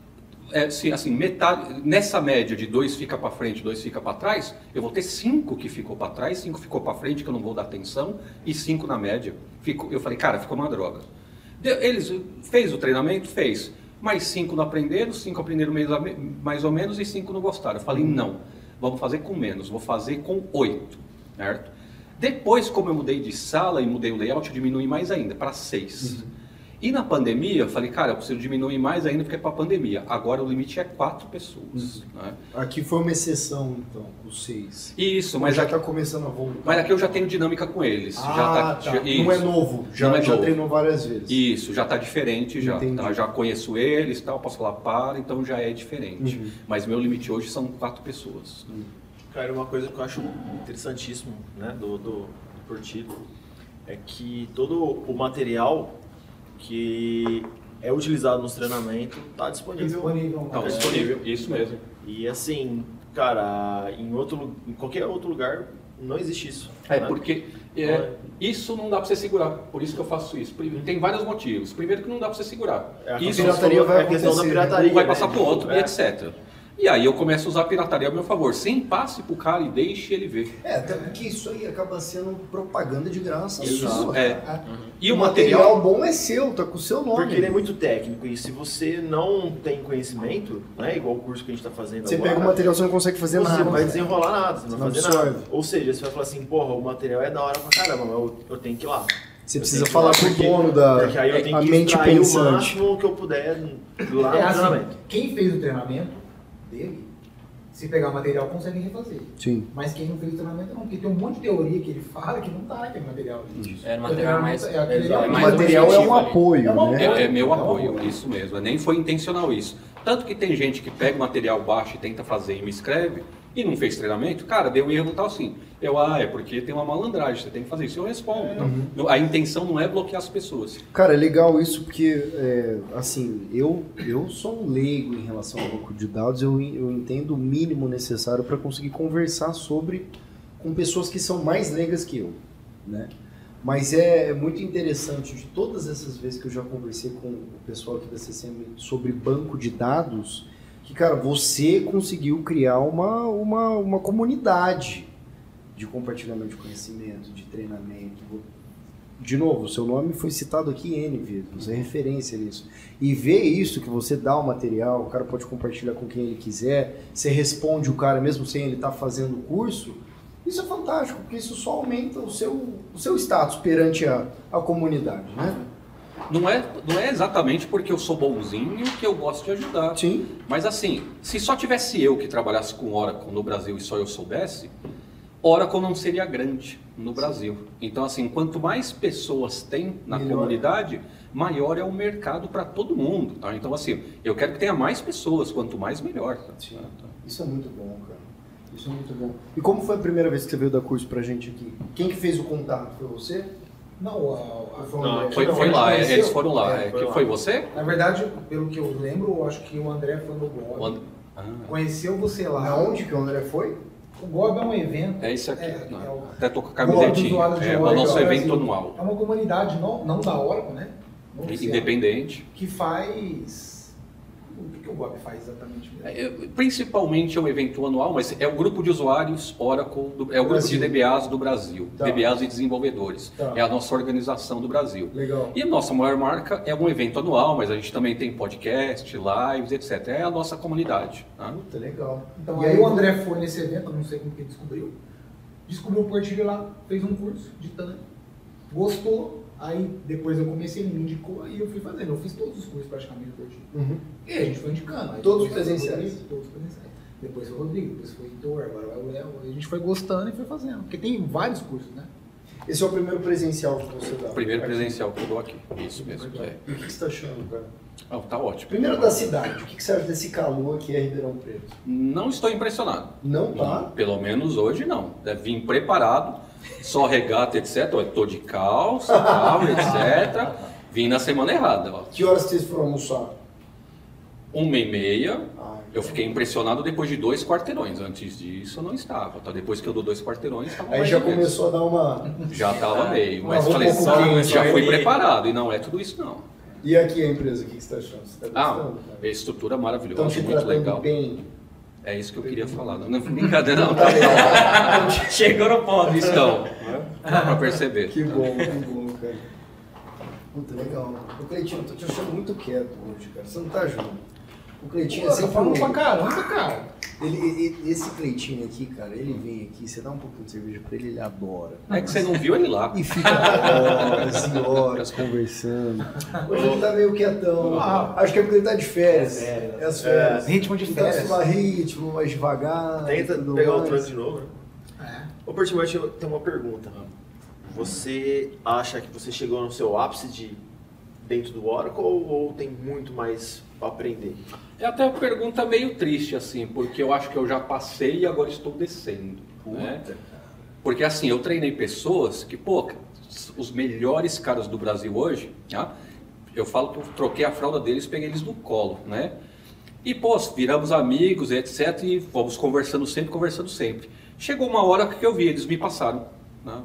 É, se, assim, metade, nessa média de dois fica para frente, dois fica para trás, eu vou ter cinco que ficou para trás, cinco ficou para frente que eu não vou dar atenção e cinco na média. Fico, eu falei, cara, ficou uma droga. De- Eles fez o treinamento, fez. Mas cinco não aprenderam, cinco aprenderam mais ou me- mais ou menos e cinco não gostaram. Eu falei, não, vamos fazer com menos, vou fazer com oito, certo? Depois, como eu mudei de sala e mudei o layout, eu diminui mais ainda, para seis. E na pandemia, eu falei, cara, eu preciso diminuir mais ainda porque é para a pandemia. Agora o limite é quatro pessoas. Né? Aqui foi uma exceção, então, os seis. Isso, Mas mas já aqui, tá começando a voltar. mas aqui eu já tenho dinâmica com eles. Ah, já tá. já- Não isso. é novo. Já, Não é já novo. treinou várias vezes. Isso, já está diferente, já. Entendi. Tá? Já conheço eles, tal, posso falar para, então já é diferente. Uhum. Mas meu limite hoje são quatro pessoas. Cara, uma coisa que eu acho interessantíssimo, né, do, do, do Portillo, é que todo o material que é utilizado nos treinamentos está disponível. Disponível. Não, É. disponível, isso mesmo. E assim, cara, em, outro, lu- em qualquer outro lugar não existe isso. É, né? porque é, isso não dá para você segurar, por isso que eu faço isso. Pri- Tem vários motivos. Primeiro que não dá para você segurar. É a Isso questão, pirataria vai é a questão da acontecer, né? pirataria. um vai né? passar pro outro É. e etcétera. E aí eu começo a usar a pirataria ao meu favor. Sem passe pro cara e deixe ele ver. É, até porque isso aí acaba sendo propaganda de graça. Isso, sua. é. A- E o o material material... bom é seu, tá com o seu nome. Porque ele é muito técnico e se você não tem conhecimento, né, igual o curso que a gente está fazendo Você agora, pega o material, você não consegue fazer você nada. não vai desenrolar nada, você não vai Não fazer absorve. nada. Ou seja, você vai falar assim, porra, o material é da hora pra caramba, mas eu, eu tenho que ir lá. Você Eu precisa tenho que ir falar lá com o porque- dono da Porque aí eu tenho a que mente extrair o pensante. máximo que eu puder lá É no assim, treinamento. quem fez o treinamento dele, se pegar o material, consegue refazer. Sim. Mas quem não fez o treinamento não, porque tem um monte de teoria que ele fala que não tá naquele material ali. Era um O material mais... treinamento é aquele- Exato. é O mais material é objetivo um ali. apoio, É um né? É, é meu É uma apoio, boa. isso mesmo. Nem foi intencional isso. Tanto que tem gente que pega o material baixo e tenta fazer e me escreve e não fez treinamento. Cara, deu um erro tal assim. Eu, ah, é porque tem uma malandragem, você tem que fazer isso. Eu respondo. Então, a intenção não é bloquear as pessoas. Cara, é legal isso porque, é, assim, eu, eu sou um leigo em relação ao banco de dados, eu, eu entendo o mínimo necessário para conseguir conversar sobre com pessoas que são mais leigas que eu, né? Mas é, é muito interessante, de todas essas vezes que eu já conversei com o pessoal aqui da C C M sobre banco de dados, que, cara, você conseguiu criar uma, uma, uma comunidade de compartilhamento de conhecimento, de treinamento. de novo, o seu nome foi citado aqui N vezes, é referência nisso. E ver isso, que você dá o material, o cara pode compartilhar com quem ele quiser, você responde o cara mesmo sem ele estar fazendo o curso, isso é fantástico, porque isso só aumenta o seu, o seu status perante a, a comunidade, né? Não é, não é exatamente porque eu sou bonzinho que eu gosto de ajudar. Sim. Mas assim, se só tivesse eu que trabalhasse com Oracle no Brasil e só eu soubesse, Oracle não seria grande no Brasil. Então assim, quanto mais pessoas tem na Melhor. comunidade, maior é o mercado para todo mundo. Tá? Então assim, eu quero que tenha mais pessoas, quanto mais melhor. Tá? Sim. Isso é muito bom, cara. Isso é muito bom. E como foi a primeira vez que você veio dar curso pra gente aqui? Quem que fez o contato? Foi você? Não, a, a, Foi Não, André? Foi, Não, foi a gente lá, conheceu. eles foram lá. É, É, foi que lá. foi você? Na verdade, pelo que eu lembro, eu acho que o André foi no Gob. O And- Ah, Conheceu você lá. Aonde que o André foi? O Gob é um evento. é isso aqui. É, Não, é o- até tô com a Gob dos camisetinha. usuários de É o Oracle nosso Brasil. evento anual. É uma comunidade não, não da Oracle, né? Não oficial, Independente. que faz... O que, que o Gob faz exatamente mesmo? É, Principalmente é um evento anual, mas é o grupo de usuários Oracle, do- é o grupo Brasil. de D B As do Brasil, Tá. D B As e desenvolvedores. Tá. É a nossa organização do Brasil. Legal. E a nossa maior marca é um evento anual, mas a gente também tem podcast, lives, etcétera. É a nossa comunidade. Tá? Puta, legal. Então, E aí aí o André foi nesse evento, eu não sei como que ele descobriu. Descobriu o Portilho lá, fez um curso de tanto, gostou. Aí depois eu comecei, ele me indicou, aí eu fui fazendo. Eu fiz todos os cursos praticamente do Portilho. Uhum. E aí a gente foi indicando. Aí Todos depois foi o presenciais? Rodrigo, Todos presenciais. Depois foi o Rodrigo, depois foi o Heitor, agora vai o Léo. Aí a gente foi gostando e foi fazendo. Porque tem vários cursos, né? Esse é o primeiro presencial que você dá. O primeiro presencial que eu dou aqui. Isso mesmo. É. E o que que você tá achando, cara? Ah, tá ótimo. Primeiro da cidade, o que que você acha desse calor que é Ribeirão Preto? Não estou impressionado. Não tá? Não, pelo menos hoje não. Deve vir preparado, só regata, etcétera. Eu tô de calça, tal, etcétera. Vim na semana errada. Ó. Que horas vocês foram almoçar? Uma e meia. Ah, Eu fiquei impressionado depois de dois quarteirões. Antes disso eu não estava. Tá? Depois que eu dou dois quarteirões, estava Aí mais já ou menos. começou a dar uma... Já estava meio. Uma Mas roupa falei, um pouco quente, já fui aí. preparado. E não é tudo isso não. E aqui a empresa, o que que você tá achando? Você tá Ah, gostando? cara? a estrutura maravilhosa, Estão te muito tratando legal. bem? É isso que eu queria falar. Não, não brincadeira não. Tá legal. Chegou no ponto. Estão. Dá pra perceber. Que bom, que bom, cara. Puta, legal. O Cleitinho, eu tô te achando muito quieto hoje, cara. Você não tá junto. O Cleitinho Pô, é tá sempre falando um... pra caramba, cara. Ele, ele- esse Cleitinho aqui, cara, ele vem aqui, você dá um pouquinho de cerveja pra ele, ele adora. É que você não viu ele lá. E fica horas e horas conversando. Hoje ele tá meio quietão. Acho que é porque ele tá de férias. É as férias. Ritmo de Então, férias. suar ritmo, mais devagar. Tenta e tudo pegar o mais. tranco de novo, né? É. Ô, Portinho, eu tenho uma pergunta. Você acha que você chegou no seu ápice de dentro do Oracle ou, ou tem muito mais para aprender? É até uma pergunta meio triste, assim, porque eu acho que eu já passei e agora estou descendo. Né? Porque assim, eu treinei pessoas que, pô, os melhores caras do Brasil hoje, tá? Eu falo que eu troquei a fralda deles, peguei eles no colo, né? E, pô, viramos amigos, etcétera. E fomos conversando sempre, conversando sempre. Chegou uma hora que eu vi, eles me passaram, né?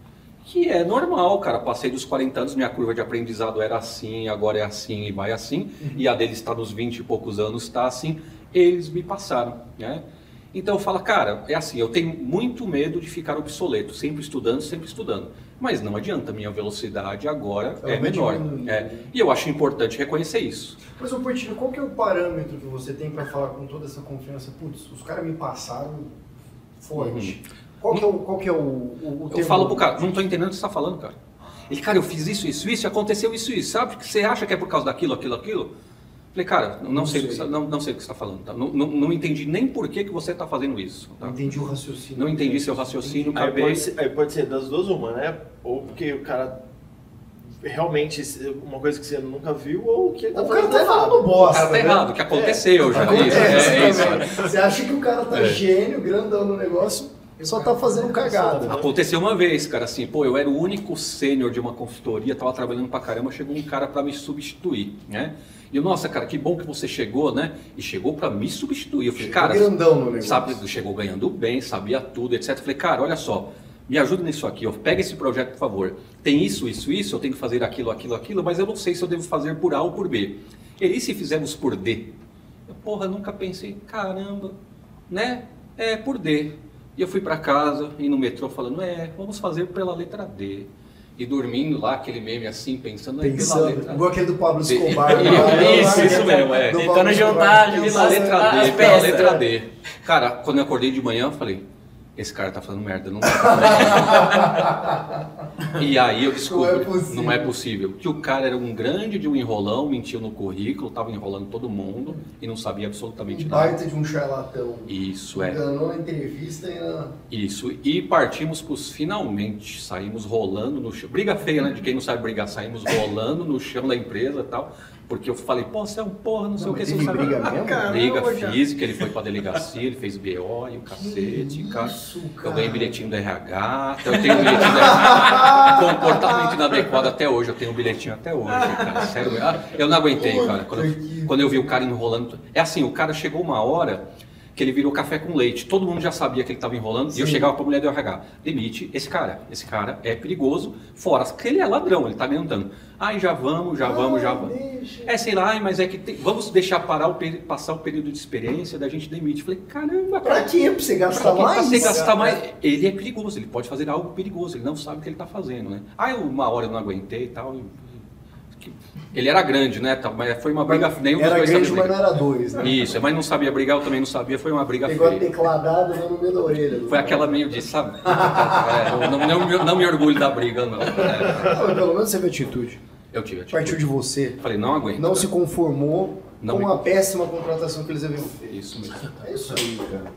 Que é normal, cara. Passei dos quarenta anos, minha curva de aprendizado era assim, agora é assim e vai assim. Uhum. E a deles está nos vinte e poucos anos, está assim. Eles me passaram, né? Então eu falo, cara, é assim, eu tenho muito medo de ficar obsoleto, sempre estudando, sempre estudando. Mas não adianta, minha velocidade agora Ela é vai menor. diminuindo, É. né? E eu acho importante reconhecer isso. Mas, ô Portinho, qual que é o parâmetro que você tem pra falar com toda essa confiança? Putz, os caras me passaram forte. Uhum. Qual que é o, qual que é o, o, o Eu termo- falo pro cara, não tô entendendo o que você está falando, cara. Ele, cara, eu fiz isso, isso, isso, aconteceu isso, isso. Sabe que você acha que é por causa daquilo, aquilo, aquilo? Falei, cara, não, Não sei, sei. O que você, não, não sei o que você está falando, tá? Não, não, não entendi nem por que, que você está fazendo isso. Tá? Não entendi o raciocínio. Não entendi seu raciocínio, Aí acabei... pode, ser, aí pode ser das duas uma, né? Ou porque o cara realmente uma coisa que você nunca viu ou que ele tá O cara fazendo tá errado. falando bosta. O cara tá né? errado, que aconteceu já. Acontece, isso, é, isso. também. Você acha que o cara tá É. gênio, grandão no negócio, só tá fazendo cagada. Aconteceu uma vez, cara, assim, pô, eu era o único sênior de uma consultoria, tava trabalhando pra caramba, chegou um cara pra me substituir, né? E eu, nossa, cara, que bom que você chegou, né? E chegou pra me substituir. Eu falei, Chegou cara, grandão no negócio. sabe, chegou ganhando bem, sabia tudo, etcétera. Eu falei, cara, olha só, me ajuda nisso aqui, ó, pega esse projeto, por favor. Tem isso, isso, isso, eu tenho que fazer aquilo, aquilo, aquilo, mas eu não sei se eu devo fazer por A ou por B. Ele, e se fizermos por D? Eu, porra, nunca pensei, caramba, né? É, por D. E eu fui para casa, e no metrô falando, é, vamos fazer pela letra D. e dormindo lá, aquele meme assim, pensando... Pensando, letra... igual aquele do Pablo Escobar. Isso, isso mesmo, é. Tentando juntar, Pela letra D, pela letra D. Cara, quando eu acordei de manhã, eu falei, esse cara tá falando merda, não tá falando. E aí eu descobri, não é, não é possível, que o cara era um grande de um enrolão, mentiu no currículo, tava enrolando todo mundo e não sabia absolutamente um nada. Baita de um charlatão. Isso, é. Enganou na entrevista e na... Isso, e partimos pros finalmente, saímos rolando no chão, briga feia, né, de quem não sabe brigar, saímos rolando no chão da empresa e tal. Porque eu falei, pô, você é um porra, não sei não, o que, você não sabe. Briga mesmo? Caramba, briga física, ele foi pra delegacia, ele fez B O e o cacete, cara. Isso, cara. Eu ganhei bilhetinho do R H, eu tenho um bilhetinho do R H, comportamento inadequado até hoje, eu tenho um bilhetinho até hoje, cara, sério. Ah, eu não aguentei, cara, quando eu, quando eu vi o cara enrolando. É assim, o cara chegou uma hora que ele virou café com leite, todo mundo já sabia que ele estava enrolando, Sim. e eu chegava pra mulher do R H, demite esse cara, esse cara é perigoso, fora que ele é ladrão, ele tá ganhando dano. Ai, já vamos, já vamos, já vamos. Deixa. É, sei lá, mas é que tem, vamos deixar parar o passar o período de experiência, da gente demite. Falei, caramba, pra quê? Pra você gastar pra mais? Pra você gastar mais. Ele é perigoso, ele pode fazer algo perigoso, ele não sabe o que ele tá fazendo, né? Aí uma hora eu não aguentei e tal. Ele era grande, né? Mas foi uma briga. Nenhum era dos dois grande, sabia mas não era dois, né? Isso, mas não sabia brigar, eu também não sabia, foi uma briga Pegou feia. Pegou a tecladada no meio da orelha. Foi aquela meio de, sabe? É, não, não, não, não me orgulho da briga, não. É. Não, pelo menos você teve atitude. Eu tive atitude. Partiu de você. Falei, não aguento. Não cara. se conformou não com me... a péssima contratação que eles haviam feito. Isso mesmo. É isso aí, cara.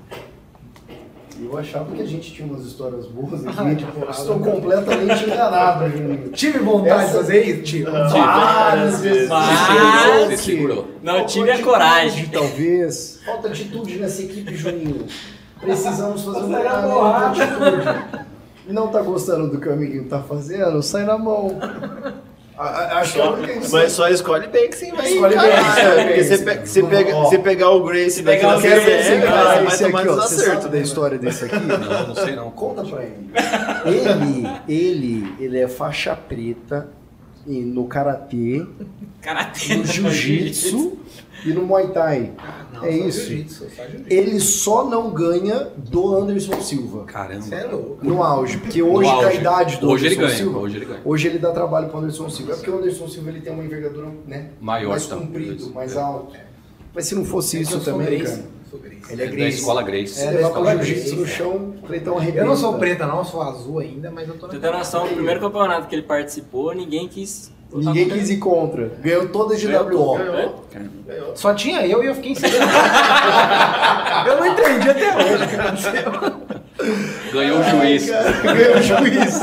Eu achava que a gente tinha umas histórias boas aqui, tipo, estou completamente enganado, Juninho. Tive vontade de fazer isso? Tive. Várias vezes. Mas... Você segurou. Não tive a coragem. Talvez. Falta atitude nessa equipe, Juninho. Precisamos fazer um treinamento de atitude. Não tá gostando do que o amiguinho tá fazendo? Sai na mão. Acho só, que é mas só escolhe bem que sim, vai. Escolhe bem. Porque você, pe você, pega, você pegar o Grace daqui na Quer ver C B, vai vai tomar aqui, ó, desacerto. Você sabe da história desse aqui? Não, não sei não. Conta pra ele. Ele, ele, ele é faixa preta e no karatê, Karatê, no jiu-jitsu e no muay thai. Não, é só isso. jiu-jitsu, só jiu-jitsu. Ele só não ganha do Anderson Silva. Caramba. Você é louco. No auge, porque hoje, No com a auge. idade do Hoje ele Anderson ganha, Silva, hoje ele ganha. hoje ele dá trabalho pro Anderson Silva. É porque o Anderson Silva ele tem uma envergadura, né, Maior, mais tá. comprido, Isso. mais É. alto. Mas se não fosse É que isso eu sou também, Grace. cara. Sou Grace. Ele é Da Grace. escola Grace. Se É, levar da pro escola jiu-jitsu Grace, no chão, o Cleitão arrebenta. Eu não sou preta não, eu sou azul ainda, mas eu tô na... Você tem noção, no primeiro campeonato que ele participou, ninguém quis... Ninguém quis ir contra. Ganhou todas de W O. Ganhou. Só tinha eu e eu fiquei em segundo. Eu não entendi até hoje o que aconteceu. Ganhou o juiz. Ai, cara, ganhou o juiz.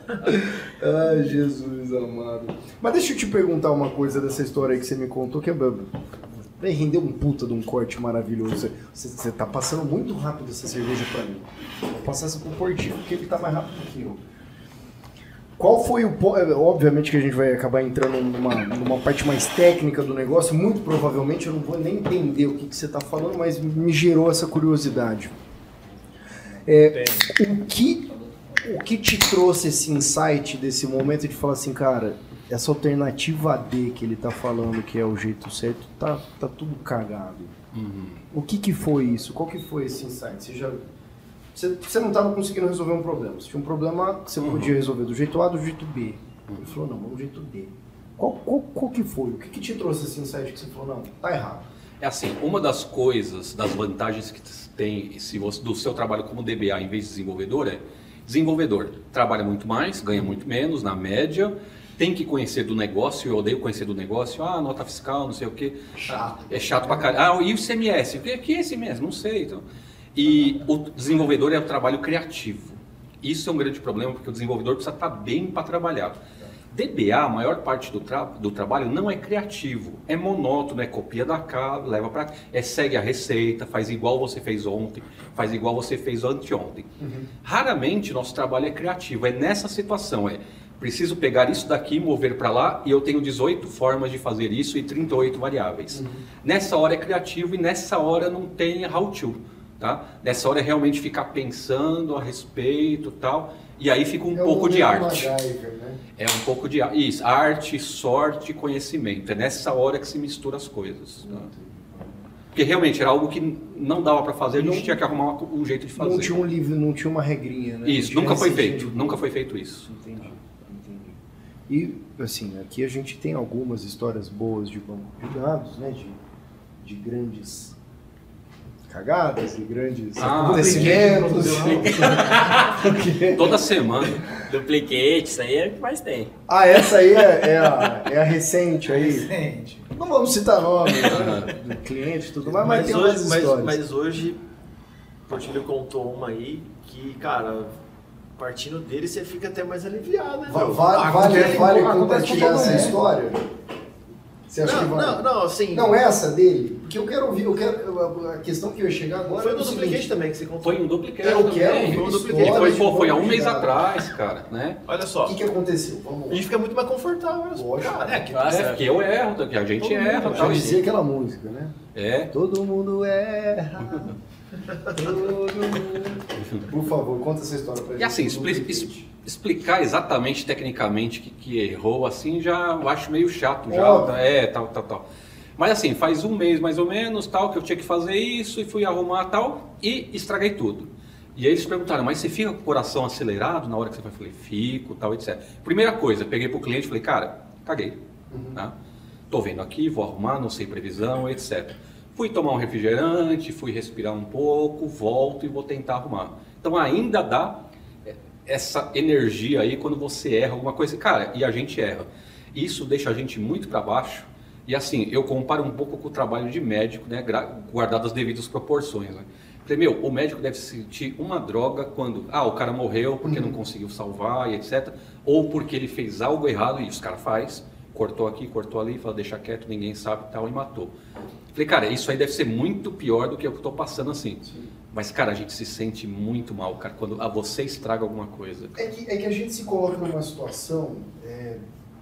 Ai, Jesus amado. Mas deixa eu te perguntar uma coisa dessa história aí que você me contou, que é... Véi, rendeu um puta de um corte maravilhoso. Você, você tá passando muito rápido essa cerveja pra mim. Vou passar essa pro Portinho, porque ele tá mais rápido que eu. Qual foi o... Obviamente que a gente vai acabar entrando numa, numa parte mais técnica do negócio. Muito provavelmente eu não vou nem entender o que, que você está falando, mas me gerou essa curiosidade. É, o, que, o que te trouxe esse insight desse momento de falar assim, cara, essa alternativa D que ele está falando que é o jeito certo, tá, tá tudo cagado. Uhum. O que, que foi isso? Qual que foi esse insight? Você já... Você, você não estava conseguindo resolver um problema. Você tinha um problema que você Uhum. podia resolver do jeito A, do jeito B. Ele falou, não, vamos do jeito D. Qual, qual, qual que foi? O que, que te trouxe esse insight que você falou, não, tá errado? É assim, uma das coisas, das vantagens que tem se você, do seu trabalho como D B A em vez de desenvolvedor é desenvolvedor trabalha muito mais, ganha muito menos, na média, tem que conhecer do negócio, eu odeio conhecer do negócio, ah, nota fiscal, não sei o quê. Chato. É chato pra caralho. Ah, e o I C M S? O que é I C M S? Não sei. Então... E o desenvolvedor é o trabalho criativo. Isso é um grande problema, porque o desenvolvedor precisa estar bem para trabalhar. D B A, a maior parte do, tra do trabalho não é criativo, é monótono, é copia da cá, leva para... É segue a receita, faz igual você fez ontem, faz igual você fez anteontem. Uhum. Raramente nosso trabalho é criativo, é nessa situação, é preciso pegar isso daqui, mover para lá, e eu tenho dezoito formas de fazer isso e trinta e oito variáveis. Uhum. Nessa hora é criativo e nessa hora não tem how to. Tá? Nessa hora é realmente ficar pensando a respeito e tal, e aí fica um é pouco de arte. MacGyver, né? É um pouco de arte. Isso, arte, sorte e conhecimento. É nessa hora que se mistura as coisas. Tá? Porque realmente era algo que não dava para fazer, a gente não, tinha que arrumar um jeito de fazer. Não tinha um livro, não tinha uma regrinha, né? Isso, nunca foi feito, nunca foi feito isso. Entendi, entendi. E, assim, aqui a gente tem algumas histórias boas de banco de dados, né? De, de grandes cagadas, de grandes Ah, acontecimentos. Toda semana. Duplicate, isso aí é o que mais tem. Ah, essa aí é, é, a, é a recente aí. Gente, Não vamos citar nomes, né? Do cliente e tudo mais, mas, Mas, tem hoje, umas mas, histórias. mas hoje, o Portilho contou uma aí que, cara, partindo dele você fica até mais aliviado, né? Va- meu? Vale, Ah, vale, acontece- vale acontece compartilhar com todo essa mundo. história? Você acha Não, que vale? não, não, assim. Não, essa dele, porque eu quero ouvir, eu quero, a questão que eu ia chegar agora Foi é no o duplicate seguinte, também que você contou. Foi um duplicate Eu quero também. ouvir Foi um histórias duplicate, Foi, de pô, foi há um banco de mês dados. atrás, cara, né? Olha O só, que, que aconteceu? Vamos a lá. gente fica muito mais confortável. Olha só. Lógico. Cara, é que Nossa, É, porque eu erro, que a gente Todo mundo erra. erra. Já Tal, dizia aquela música, né? é. Todo mundo erra. Todo mundo... Por favor, conta essa história pra gente. E assim, do expli- duplicate. es- explicar exatamente, tecnicamente, que, que errou, assim, já eu acho meio chato. Já, Óbvio. é, tal, tal, tal. Mas assim, faz um mês mais ou menos, tal, que eu tinha que fazer isso e fui arrumar tal e estraguei tudo. E aí eles perguntaram, mas você fica com o coração acelerado na hora que você vai? Eu falei, fico, tal, etcétera. Primeira coisa, peguei pro cliente e falei, cara, caguei. Tá? Tô vendo aqui, vou arrumar, não sei previsão, etcétera. Fui tomar um refrigerante, fui respirar um pouco, volto e vou tentar arrumar. Então ainda dá essa energia aí quando você erra alguma coisa. Cara, e a gente erra. Isso deixa a gente muito para baixo. E assim, eu comparo um pouco com o trabalho de médico, né, gra- guardado as devidas proporções. Né? Falei, meu, o médico deve sentir uma droga quando, ah, o cara morreu porque não conseguiu salvar e etcétera. Ou porque ele fez algo errado e os caras faz, cortou aqui, cortou ali, fala, deixa quieto, ninguém sabe e tal, e matou. Falei, cara, isso aí deve ser muito pior do que eu estou passando assim. Sim. Mas, cara, a gente se sente muito mal, cara, quando ah, você estraga alguma coisa. É que, é que a gente se coloca numa situação. É...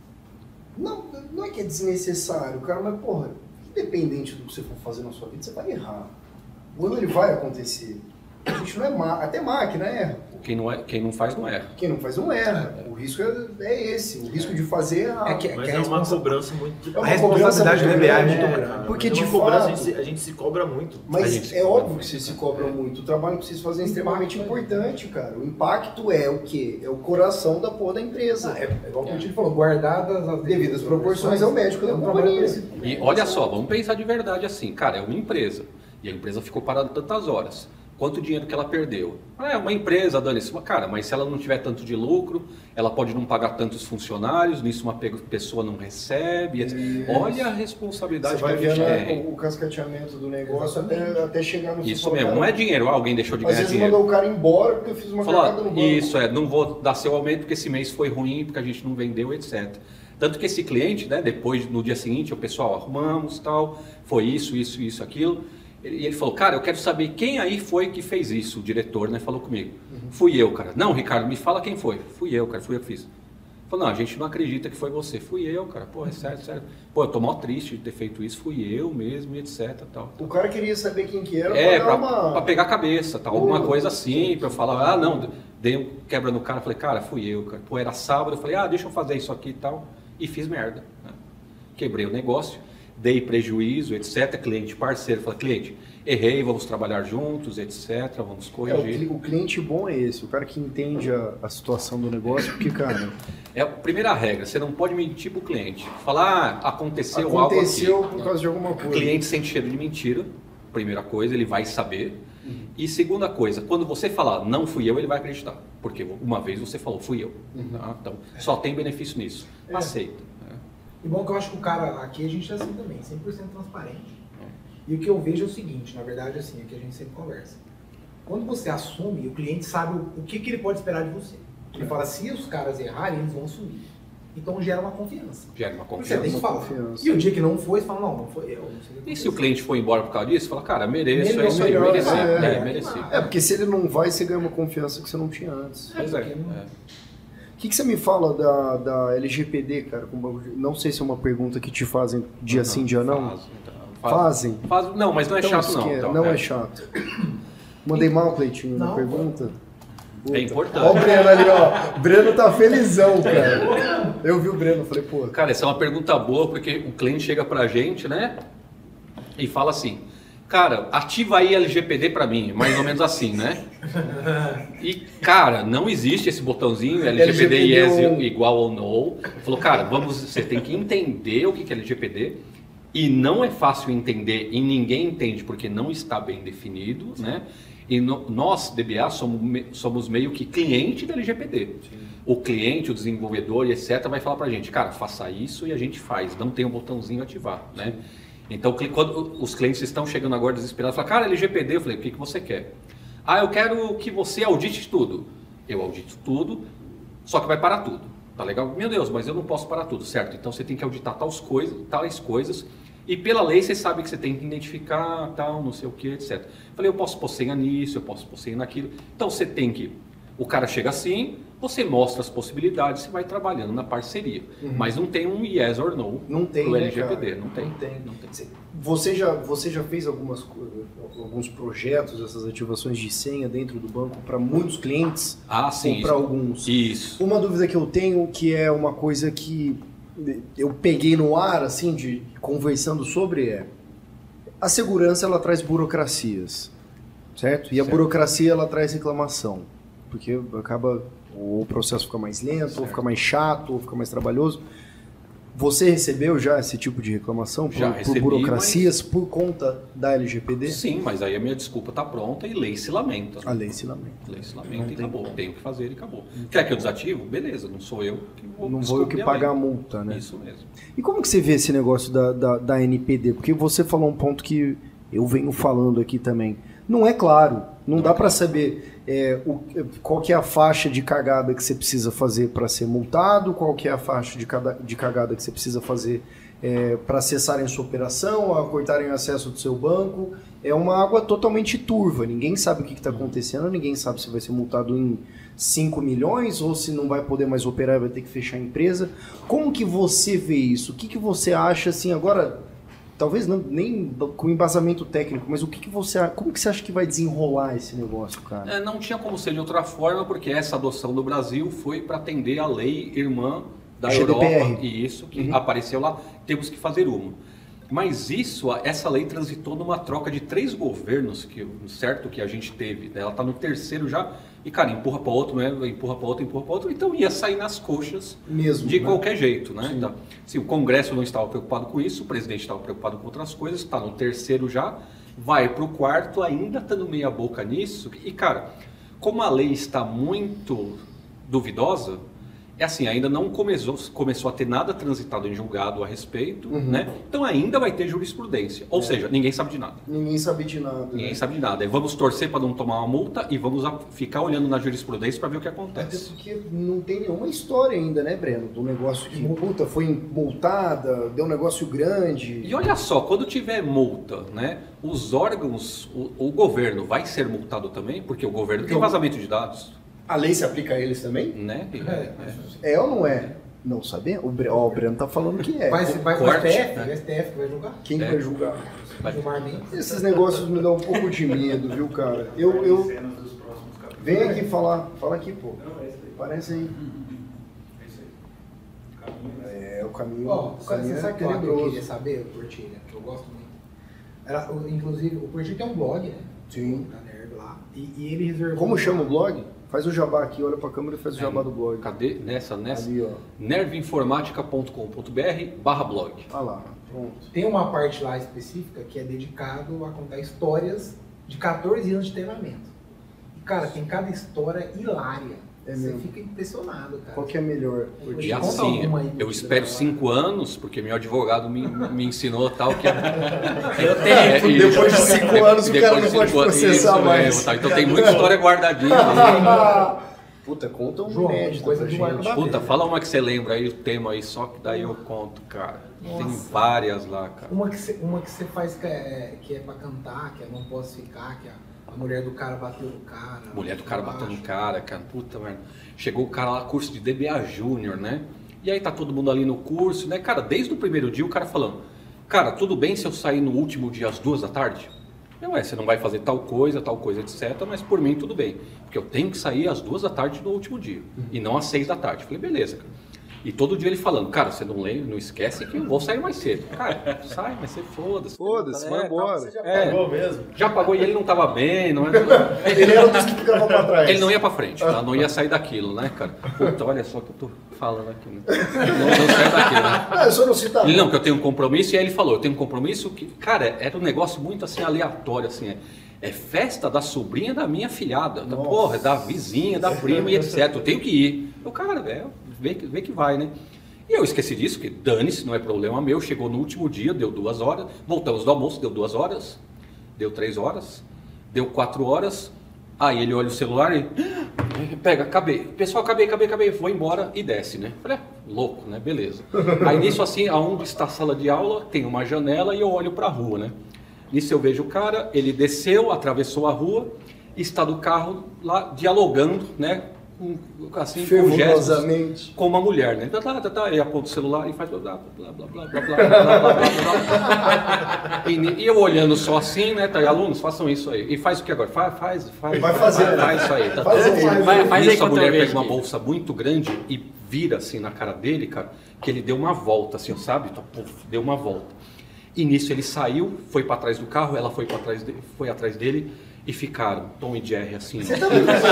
Não, não é que é desnecessário, cara, mas, porra, independente do que você for fazer na sua vida, você vai errar. O erro ele vai acontecer. A gente não é má... Até máquina erra. Quem não, é, quem não faz, não erra. Quem não faz, não erra. O risco é, é esse. O risco de fazer é errar. É que- Mas que é a uma responsa- cobrança muito... É a uma responsabilidade do cobrança M B A é muito muito grande. grande. Porque, é uma de cobrança, fato- a gente, se, a gente se cobra muito. A Mas gente se é cobra óbvio muito, que você se né? cobra muito. O trabalho que vocês fazem é extremamente Impacto, importante, cara. O impacto é o quê? É o coração da porra da empresa. É, é igual o Coutinho falou, guardadas as Devidas proporções, é o médico da um companhia. trabalho parecido. E olha só, vamos pensar de verdade assim, cara, é uma empresa. E a empresa ficou parada tantas horas. Quanto dinheiro que ela perdeu? É uma empresa, dane-se. Cara, mas se ela não tiver tanto de lucro, ela pode não pagar tantos funcionários, nisso uma pe- pessoa não recebe. etcétera. Olha a responsabilidade Você vai que a gente vendo tem. o, o cascateamento do negócio até, até chegar no Isso final. mesmo, não é dinheiro, ah, alguém deixou de Às ganhar vezes dinheiro. mandou o cara embora porque eu fiz uma Falar, cagada no banco. isso é, não vou dar seu aumento porque esse mês foi ruim, porque a gente não vendeu, etcétera. Tanto que esse cliente, né, depois, no dia seguinte, o pessoal, arrumamos, tal, foi isso, isso, isso, aquilo. E ele falou, cara, eu quero saber quem aí foi que fez isso, o diretor, né, falou comigo. Uhum. Fui eu, cara. Não, Ricardo, me fala quem foi. Fui eu, cara, fui eu que fiz. Falou, não, a gente não acredita que foi você. Fui eu, cara, pô, é sério, sério. Pô, eu tô mó triste de ter feito isso, fui eu mesmo, e etc, tal. O cara queria saber quem que era É, pra, pra, dar uma... pra pegar a cabeça, tal, alguma coisa assim, pra eu falar, ah, não, dei um quebra no cara, falei, cara, fui eu, cara. Pô, era sábado, eu falei, ah, deixa eu fazer isso aqui e tal, e fiz merda. Né? Quebrei o negócio, dei prejuízo, etcétera. Cliente parceiro, falei, cliente, errei, vamos trabalhar juntos, etcétera, vamos É, o, corrigir. cli- o cliente bom é esse, o cara que entende a, a situação do negócio, porque, cara, É a primeira regra, você não pode mentir pro cliente. Falar, ah, aconteceu, aconteceu algo aqui. por causa de alguma O coisa. cliente sente cheiro de mentira, primeira coisa, ele vai saber. Uhum. E segunda coisa, quando você falar, não fui eu, ele vai acreditar. Porque uma vez você falou, fui eu. Uhum. Tá? Então, só tem benefício nisso. É. Aceita. Né? E bom que eu acho que o cara, aqui a gente é assim também, cem por cento transparente. E o que eu vejo é o seguinte, na verdade, assim, é que a gente sempre conversa. Quando você assume, o cliente sabe o, o que, que ele pode esperar de você. Ele fala, se os caras errarem, eles vão assumir. Então gera uma confiança. Gera uma Você tem confiança. que falar. Confiança. E o dia que não foi, você fala, não, não foi eu. Não sei o que E se o cliente for embora por causa disso, fala, cara, mereço, Melhor, é isso aí, melhor, mereci. é, É, é. mereci. É, porque se ele não vai, você ganha uma confiança que você não tinha antes. Pois é, porque não- é. O que, que você me fala da, da L G P D, cara? com banco de- Não sei se é uma pergunta que te fazem dia sim, dia não. Faz, então, faz. Fazem? Faz- não, mas não é Então, chato não. esque- Então, não é. é. chato. Mandei mal, Cleitinho, na Não, pergunta? Puta. É importante. Ó o Breno ali, ó. O Breno tá felizão, cara. Eu vi o Breno, falei, pô. Cara, essa é uma pergunta boa, porque o cliente chega pra gente, né? E fala assim, Cara, ativa aí L G P D pra mim, mais ou menos assim, né? E, cara, não existe esse botãozinho L G P D yes igual ou no. Falou, cara, vamos, você tem que entender o que é L G P D e não é fácil entender e ninguém entende porque não está bem definido, né? E no, nós, D B A, somos, somos meio que cliente da L G P D. Sim. O cliente, o desenvolvedor e etcétera vai falar pra gente, cara, faça isso e a gente faz, não tem um botãozinho ativar, né? Então, quando os clientes estão chegando agora desesperados, falam, cara, L G P D, eu falei, o que, que você quer? Ah, eu quero que você audite tudo. Eu audito tudo, só que vai parar tudo. Tá legal? Meu Deus, mas eu não posso parar tudo, certo? Então, você tem que auditar tais coisas, tais coisas e pela lei você sabe que você tem que identificar, tal, não sei o que, etcétera. Eu falei, eu posso pôr senha nisso, eu posso pôr senha naquilo. Então, você tem que... O cara chega assim, você mostra as possibilidades, você vai trabalhando na parceria. Uhum. Mas não tem um yes or no não tem, pro né, L G P D. cara? Não tem. Não tem. Não tem. Você, já, você já fez algumas, alguns projetos, essas ativações de senha dentro do banco para muitos clientes? Ah, sim. Ou para alguns? Isso. Uma dúvida que eu tenho, que é uma coisa que eu peguei no ar, assim, de conversando sobre, é a segurança, ela traz burocracias, certo? E certo. A burocracia, ela traz reclamação. Porque acaba, ou o processo fica mais lento, certo. Ou fica mais chato, ou fica mais trabalhoso. Você recebeu já esse tipo de reclamação já por, recebi, por burocracias mas... por conta da L G P D? Sim, mas aí a minha desculpa está pronta e lei se lamenta. A lei se lamenta. A lei se lamenta e acabou. Tenho que fazer e acabou. Quer que eu desativo? Beleza, não sou eu que vou Não vou eu que pagar a multa, né? Isso mesmo. E como que você vê esse negócio da, da, da N P D? Porque você falou um ponto que eu venho falando aqui também. Não é claro, não, não dá é para saber é, o, qual que é a faixa de cagada que você precisa fazer para ser multado, qual que é a faixa de, cada, de cagada que você precisa fazer é, para acessarem sua operação, a cortarem o acesso do seu banco. É uma água totalmente turva, ninguém sabe o que está acontecendo, ninguém sabe se vai ser multado em cinco milhões ou se não vai poder mais operar e vai ter que fechar a empresa. Como que você vê isso? O que, que você acha assim agora... Talvez não, nem com embasamento técnico, mas o que, que você, como que você acha que vai desenrolar esse negócio, cara? É, não tinha como ser de outra forma, porque essa adoção do Brasil foi para atender a lei irmã da G D P R. Europa, e isso que uhum. apareceu lá, temos que fazer uma. Mas isso, essa lei transitou numa troca de três governos, que, certo, que a gente teve. Né? Ela está no terceiro já, e cara, empurra para outro, né? empurra para outro, empurra para outro, então ia sair nas coxas mesmo, de né? qualquer jeito. Né? Sim. Então, se o Congresso não estava preocupado com isso, o presidente estava preocupado com outras coisas, está no terceiro já, vai para o quarto, ainda estando meia boca nisso, e cara, como a lei está muito duvidosa, é assim, ainda não começou, começou a ter nada transitado em julgado a respeito, uhum. né? Então ainda vai ter jurisprudência. Ou é. seja, ninguém sabe de nada. Ninguém sabe de nada. Ninguém né? sabe de nada. E vamos torcer para não tomar uma multa e vamos ficar olhando na jurisprudência para ver o que acontece. Até porque não tem nenhuma história ainda, né, Breno? Do negócio que, puta, foi multada, deu um negócio grande. E olha só, quando tiver multa, né? Os órgãos, o, o governo vai ser multado também, porque o governo porque tem vazamento de dados. A lei se aplica a eles também? Né? É, é ou não é? Não sabia? O, Bre... oh, o Breno tá falando que é. Vai, vai pro S T F? Né? O S T F que vai julgar? Quem é. vai julgar? Vai julgar bem. Esses negócios me dão um pouco de medo, viu, cara? Eu, eu... Vem aqui falar. Fala aqui, pô. Parece aí. É, o caminho... Ó, o caminho você é sabe o que eu queria saber, o Portilha, que eu gosto muito. Era, inclusive, o Portilha tem um blog, né? Sim. Da Nerd lá. E, e ele reservou... Como chama o blog? Faz o jabá aqui, olha pra câmera e faz o jabá do blog. Cadê? Nessa, nessa? Ali, ó. nervinformática ponto com ponto br barra blog. Ah lá, pronto. Tem uma parte lá específica que é dedicado a contar histórias de quatorze anos de treinamento. E, cara, tem cada história hilária. É Você mesmo. fica impressionado, cara. Qual que é melhor? E assim, eu espero cinco anos, porque meu advogado me, me ensinou tal que... Eu tenho, é, depois de cinco anos o cara não pode processar isso, mais. Mesmo, tá? Então tem muita história guardadinha. Puta, conta um João, inédito coisa pra do Arco gente. da Puta, Velha. fala uma que você lembra aí, o tema aí, só que daí eu conto, cara. Nossa. Tem várias lá, cara. Uma que você uma que você faz que é, que é pra cantar, que é Não Posso Ficar, que é a mulher do cara bateu no cara. Mulher do cara bateu no cara, cara. Puta merda. Chegou o cara lá, curso de D B A Júnior, né? E aí tá todo mundo ali no curso, né? Cara, desde o primeiro dia o cara falando, cara, tudo bem se eu sair no último dia às duas da tarde? Eu, é, você não vai fazer tal coisa, tal coisa, etcétera. Mas por mim tudo bem. Porque eu tenho que sair às duas da tarde no último dia. Uhum. E não às seis da tarde. Falei, beleza, cara. E todo dia ele falando, cara, você não lembra, não esquece que eu vou sair mais cedo. Cara, sai, mas você foda-se. Foda-se, É, vai tá, embora. você já É, pagou mesmo. Já pagou e ele não tava bem, não é? Ele era um dos que ficava pra trás. Ele não ia pra frente, tá? Não ia sair daquilo, né, cara? Puta, olha só que eu tô falando aqui, né? Não, não sai daquilo, né? Ah, eu só não citar. Ele não, que eu tenho um compromisso, e aí ele falou, eu tenho um compromisso que, cara, era um negócio muito assim, aleatório, assim, é, é festa da sobrinha da minha filhada, da, porra, da vizinha, da prima e etcétera. Eu tenho que ir. Eu, cara, velho, vê, que- vê que vai, né? E eu esqueci disso, que dane-se, não é problema meu, chegou no último dia, deu duas horas, voltamos do almoço, deu duas horas, deu três horas, deu quatro horas, aí ele olha o celular e pega, acabei, pessoal, acabei, acabei, acabei, vou embora e desce, né? Falei, é, louco, né? Beleza. Aí nisso assim, aonde está a sala de aula, tem uma janela e eu olho para a rua, né? Nisso eu vejo o cara, ele desceu, atravessou a rua, está do carro lá dialogando, né? Com, assim, com gestos, Fervorosamente. com uma mulher, né? Tá, tá, tá, tá, ele aponta o celular e faz blá, blá, blá, blá, blá, blá, blá, blá, blá, blá. E, e eu olhando só assim, né? Tá, e alunos, façam isso aí. E faz o que agora? Faz, faz, faz. Vai fazer, faz, né? faz isso aí. Tá, Faz aí, tá. vai- faz aí Nisso a enquanto eu mulher vejo pega uma aqui. bolsa muito grande e vira assim na cara dele, cara, que ele deu uma volta, assim, sabe? Então, puf, deu uma volta. E nisso ele saiu, foi para trás do carro, ela foi para trás, de, foi atrás dele e ficaram Tom e Jerry assim. Sério.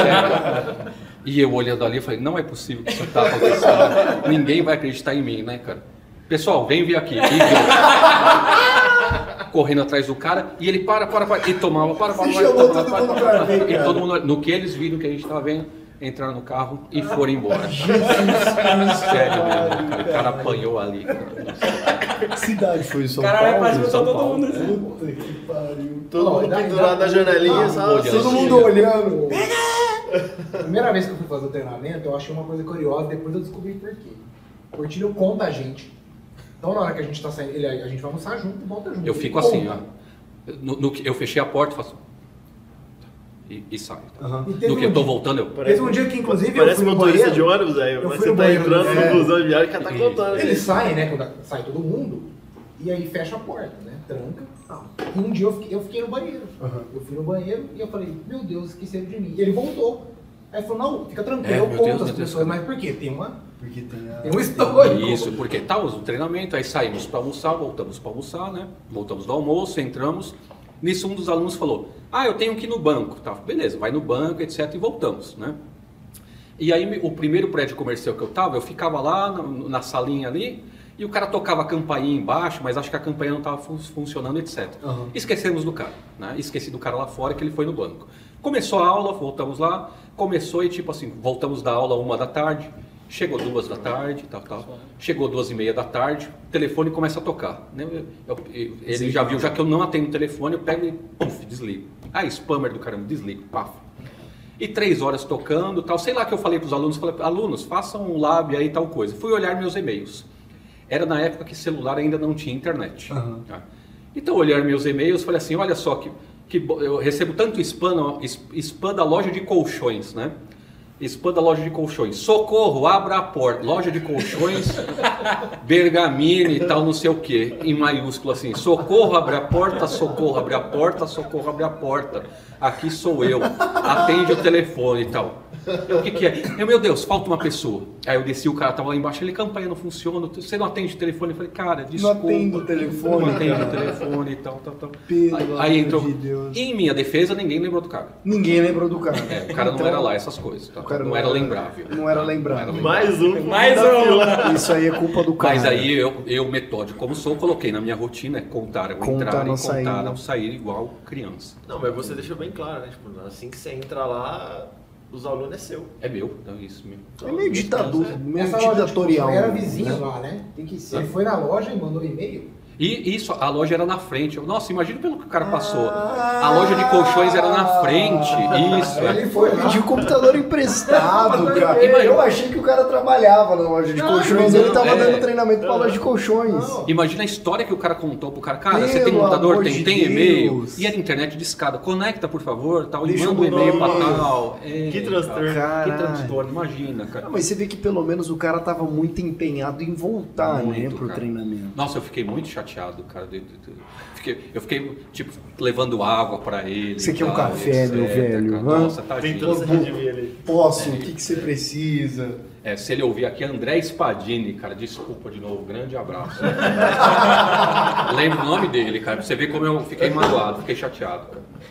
E eu olhando ali, eu falei, não é possível que isso está acontecendo. Ninguém vai acreditar em mim, né, cara? Pessoal, vem vir aqui. E viu. Correndo atrás do cara, e ele para, para, para, e tomava, para, para, Você para, chamou para, todo para, mundo para, pra ver, e cara. todo mundo, no que eles viram que a gente estava vendo, entraram no carro e foram embora. Sério mesmo, cara, o cara apanhou ali. Cara. Que cidade foi São Caralho, Paulo? quase botou São todo Paulo, mundo né? assim. Puta que pariu. Todo Não, mundo dá- pendurado dá- na janelinha, Ah, sabe? olha, Todo Sim. mundo olhando. A primeira vez que eu fui fazer o treinamento, eu achei uma coisa curiosa, depois eu descobri por quê. O Portilho conta a gente. Então na hora que a gente tá saindo, ele, a gente vai almoçar junto e volta junto. Eu Ele fico conta. assim, ó. No, no que eu fechei a porta, faço. E, e saio. Aham. E teve No que eu um tô dia- voltando, eu. Teve um dia que, inclusive, eu Parece fui no motorista banheiro. de ônibus, velho. Eu Mas fui você no tá banheiro, entrando é. no busão de viagem, o cara tá E- contando. Ele gente. sai, né? Quando sai todo mundo, e aí fecha a porta, né? Tranca. Tal. E um dia eu fiquei, eu fiquei no banheiro. Aham. Eu fui no banheiro e eu falei, meu Deus, esqueceram de mim. E ele voltou. Aí ele falou, não, fica tranquilo, É, eu meu conto Deus, as meu Deus, pessoas, cara. mas por quê? Tem uma. Porque tem a... Tem um histórico. Isso, porque tá o treinamento, aí saímos para almoçar, voltamos para almoçar, né? Voltamos do almoço, entramos. Nisso um dos alunos falou, ah, eu tenho que ir no banco. Tá, beleza, vai no banco, etcétera. E voltamos, né? E aí me- o primeiro prédio comercial que eu tava, eu ficava lá na, na salinha ali, e o cara tocava a campainha embaixo, mas acho que a campainha não estava funcionando, etcétera. Uhum. Esquecemos do cara, né? Esqueci do cara lá fora que ele foi no banco. Começou a aula, voltamos lá, começou e tipo assim, voltamos da aula uma da tarde, chegou duas da tarde, tal, tal. Chegou duas e meia da tarde, o telefone começa a tocar, né? Eu- eu- eu- ele já viu, já que eu não atendo o telefone, eu pego e puf, desligo. Ah, spammer do caramba, desligo, paf. E três horas tocando, tal, sei lá que eu falei para os alunos, falei, alunos, façam um lab aí, tal coisa. Fui olhar meus e-mails. Era na época que celular ainda não tinha internet. Aham. Tá? Então, olhar meus e-mails, falei assim, olha só, que, que bo- eu recebo tanto spam, ó, es- spam da loja de colchões, né? Spam da loja de colchões. Socorro, abra a porta. Loja de colchões, Bergamini e tal, não sei o que, em maiúsculo assim. Socorro, abre a porta, socorro, abre a porta, socorro, abre a porta. Aqui sou eu. Atende o telefone e tal. O que, que é? Eu, meu Deus, falta uma pessoa. Aí eu desci, o cara tava lá embaixo, ele, campanha não funciona, você não atende o telefone? Eu falei, cara, desculpa. atendo o telefone, Não atende cara. o telefone e tal, tal, tal. Pelo aí, amor aí entrou. de Deus. Em minha defesa, ninguém lembrou do cara. Ninguém lembrou do cara. É, o cara não Então, era lá, essas coisas. Tá? o cara Não era lembrável. Não era lembrável. Mais um. Mais da um. fila. Isso aí é culpa do cara. Mas aí eu, eu metódico como sou, coloquei na minha rotina, é contar ao Contar entrar não e sair, contar né? ao sair igual criança. Não, mas você deixou bem claro, né? Tipo, assim que você entra lá, os alunos é seu. É meu, então é isso mesmo. É meio ditador, meio Essa loja de ditatorial. era né? vizinho lá, né? Tem que Ele ser. foi na loja e mandou e-mail. E isso, a loja era na frente. Eu, Nossa, imagina pelo que o cara passou. A loja de colchões era na frente. Isso. é. Ele foi lá. Pediu o computador emprestado, cara. Imagina. Eu achei que o cara trabalhava na loja de colchões. não, Ele tava é. dando treinamento pra loja de colchões. Não. Imagina a história que o cara contou pro cara. Cara, Pelo você tem computador? amor Tem, de tem e-mail? Deus. E era internet de escada. Conecta, por favor, tal. E Deixa manda um eu e-mail pra mandar. tal. É, Que transtorno. cara, Que Caralho. transtorno, imagina, cara. Ah, mas você vê que pelo menos o cara tava muito empenhado em voltar, né, Muito, pro cara. treinamento. Nossa, eu fiquei muito chateado. chateado, cara. De, de, de, fiquei, eu fiquei, tipo, levando água pra ele. Você quer um tal, café, etcétera, meu velho? cara. Hã? Nossa, tadinho. Tentando se redimir ali. Posso, o que, que você precisa? É, se ele ouvir aqui, André Spadini, cara, desculpa de novo, grande abraço. Lembro o nome dele, cara, pra você ver como eu fiquei magoado, fiquei chateado,